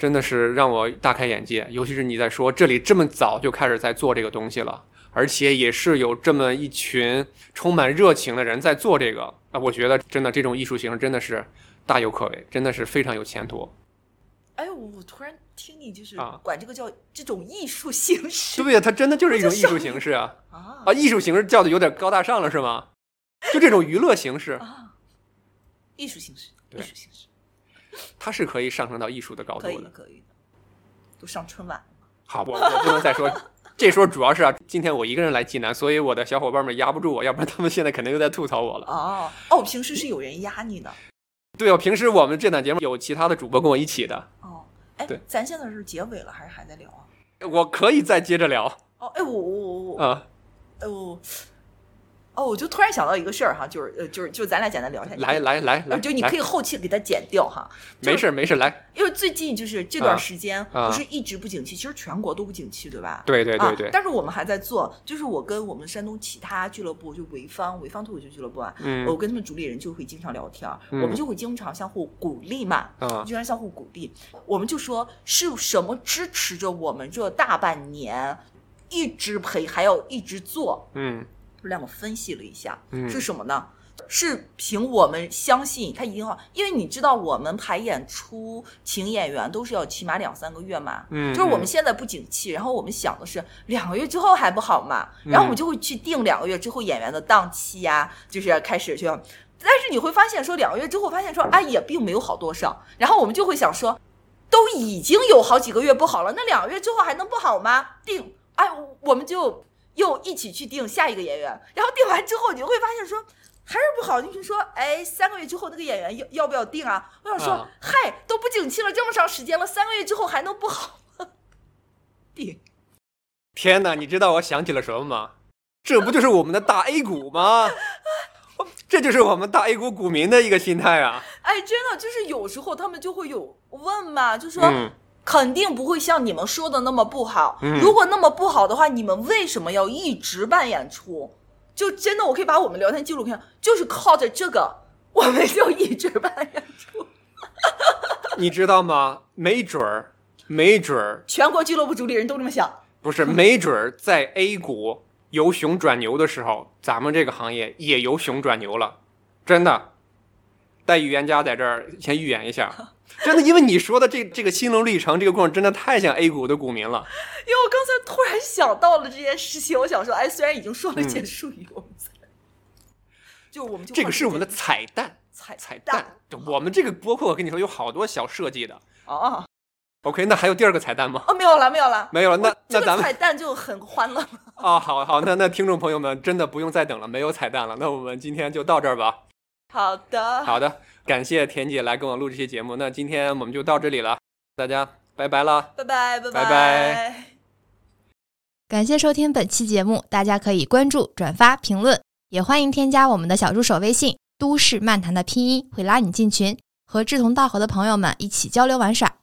真的是让我大开眼界，尤其是你在说这里这么早就开始在做这个东西了，而且也是有这么一群充满热情的人在做这个啊，我觉得真的这种艺术形式真的是大有可为，真的是非常有前途。 哎，我突然听你就是管这个叫这种艺术形式， 对呀，它真的就是一种艺术形式啊！啊，艺术形式叫的有点高大上了是吗？就这种娱乐形式啊，艺术形式，艺术形式。 它是可以上升到艺术的高度的， 可以的，可以的，都上春晚了。 好，我我不能再说，这说主要是啊，今天我一个人来济南，所以我的小伙伴们压不住我，要不然他们现在肯定又在吐槽我了。 哦哦，平时是有人压你的？ 对哦，平时我们这档节目有其他的主播跟我一起的。 哦，哎，对，咱现在是结尾了还是还在聊啊？ 我可以再接着聊。 哦，哎，我我我啊， 哎我。哦，我就突然想到一个事儿哈，就是呃，就是就咱俩简单聊一下。 来来来来， 就你可以后期给它剪掉哈。 没事没事，来。 因为最近就是这段时间不是一直不景气，啊、其实全国都不景气，对吧？ 对对对对、 啊。但是我们还在做，就是我跟我们山东其他俱乐部，就潍坊潍坊脱口秀俱乐部啊，嗯，我跟他们主理人就会经常聊天，嗯、我们就会经常相互鼓励嘛，啊，经常相互鼓励。我们就说是什么支持着我们这大半年一直陪，还要一直做，嗯。两个分析了一下，嗯、是什么呢？是凭我们相信他一定要，因为你知道我们排演出请演员都是要起码两三个月嘛，嗯，就是我们现在不景气，然后我们想的是两个月之后还不好嘛，然后我们就会去定两个月之后演员的档期呀、啊，就是开始去，但是你会发现说两个月之后发现说啊也并没有好多少，然后我们就会想说都已经有好几个月不好了，那两个月之后还能不好吗？定，哎，我们就。又一起去定下一个演员，然后定完之后你就会发现说还是不好，你就说哎三个月之后那个演员要要不要定啊？我想说、啊、嗨都不景气了这么长时间了，三个月之后还能不好吗？定。 天哪，你知道我想起了什么吗？这不就是我们的大 A 股吗？这就是我们大 A 股股民的一个心态啊！ 哎，真的就是有时候他们就会有问嘛，就说、嗯肯定不会像你们说的那么不好、嗯、如果那么不好的话，你们为什么要一直办演出？就真的我可以把我们聊天记录看，就是靠着这个我们就一直办演出。 你知道吗？没准儿没准儿全国俱乐部主理人都这么想。 不是，没准儿在 A 股由熊转牛的时候，咱们这个行业也由熊转牛了，真的。带预言家在这儿先预言一下，真的，因为你说的这这个心路历程，这个过程真的太像 A 股的股民了。 因为我刚才突然想到了这件事情，我想说，哎，虽然已经说了结束语，我们才、嗯、就我们就这个是我们的彩蛋， 彩彩蛋。我们这个播客，我跟你说有好多小设计的哦。 OK， 那还有第二个彩蛋吗？ 哦，没有了，没有了， 没有了。那那咱们彩蛋就很欢乐了。 哦，好好，那那听众朋友们真的不用再等了，没有彩蛋了。那我们今天就到这儿吧。 好的， 好的，感谢田姐来跟我录这期节目。那今天我们就到这里了，大家拜拜了， 拜拜拜拜拜。 感谢收听本期节目，大家可以关注、转发、评论，也欢迎添加我们的小助手微信“都市漫谈”的拼音，会拉你进群，和志同道合的朋友们一起交流玩耍。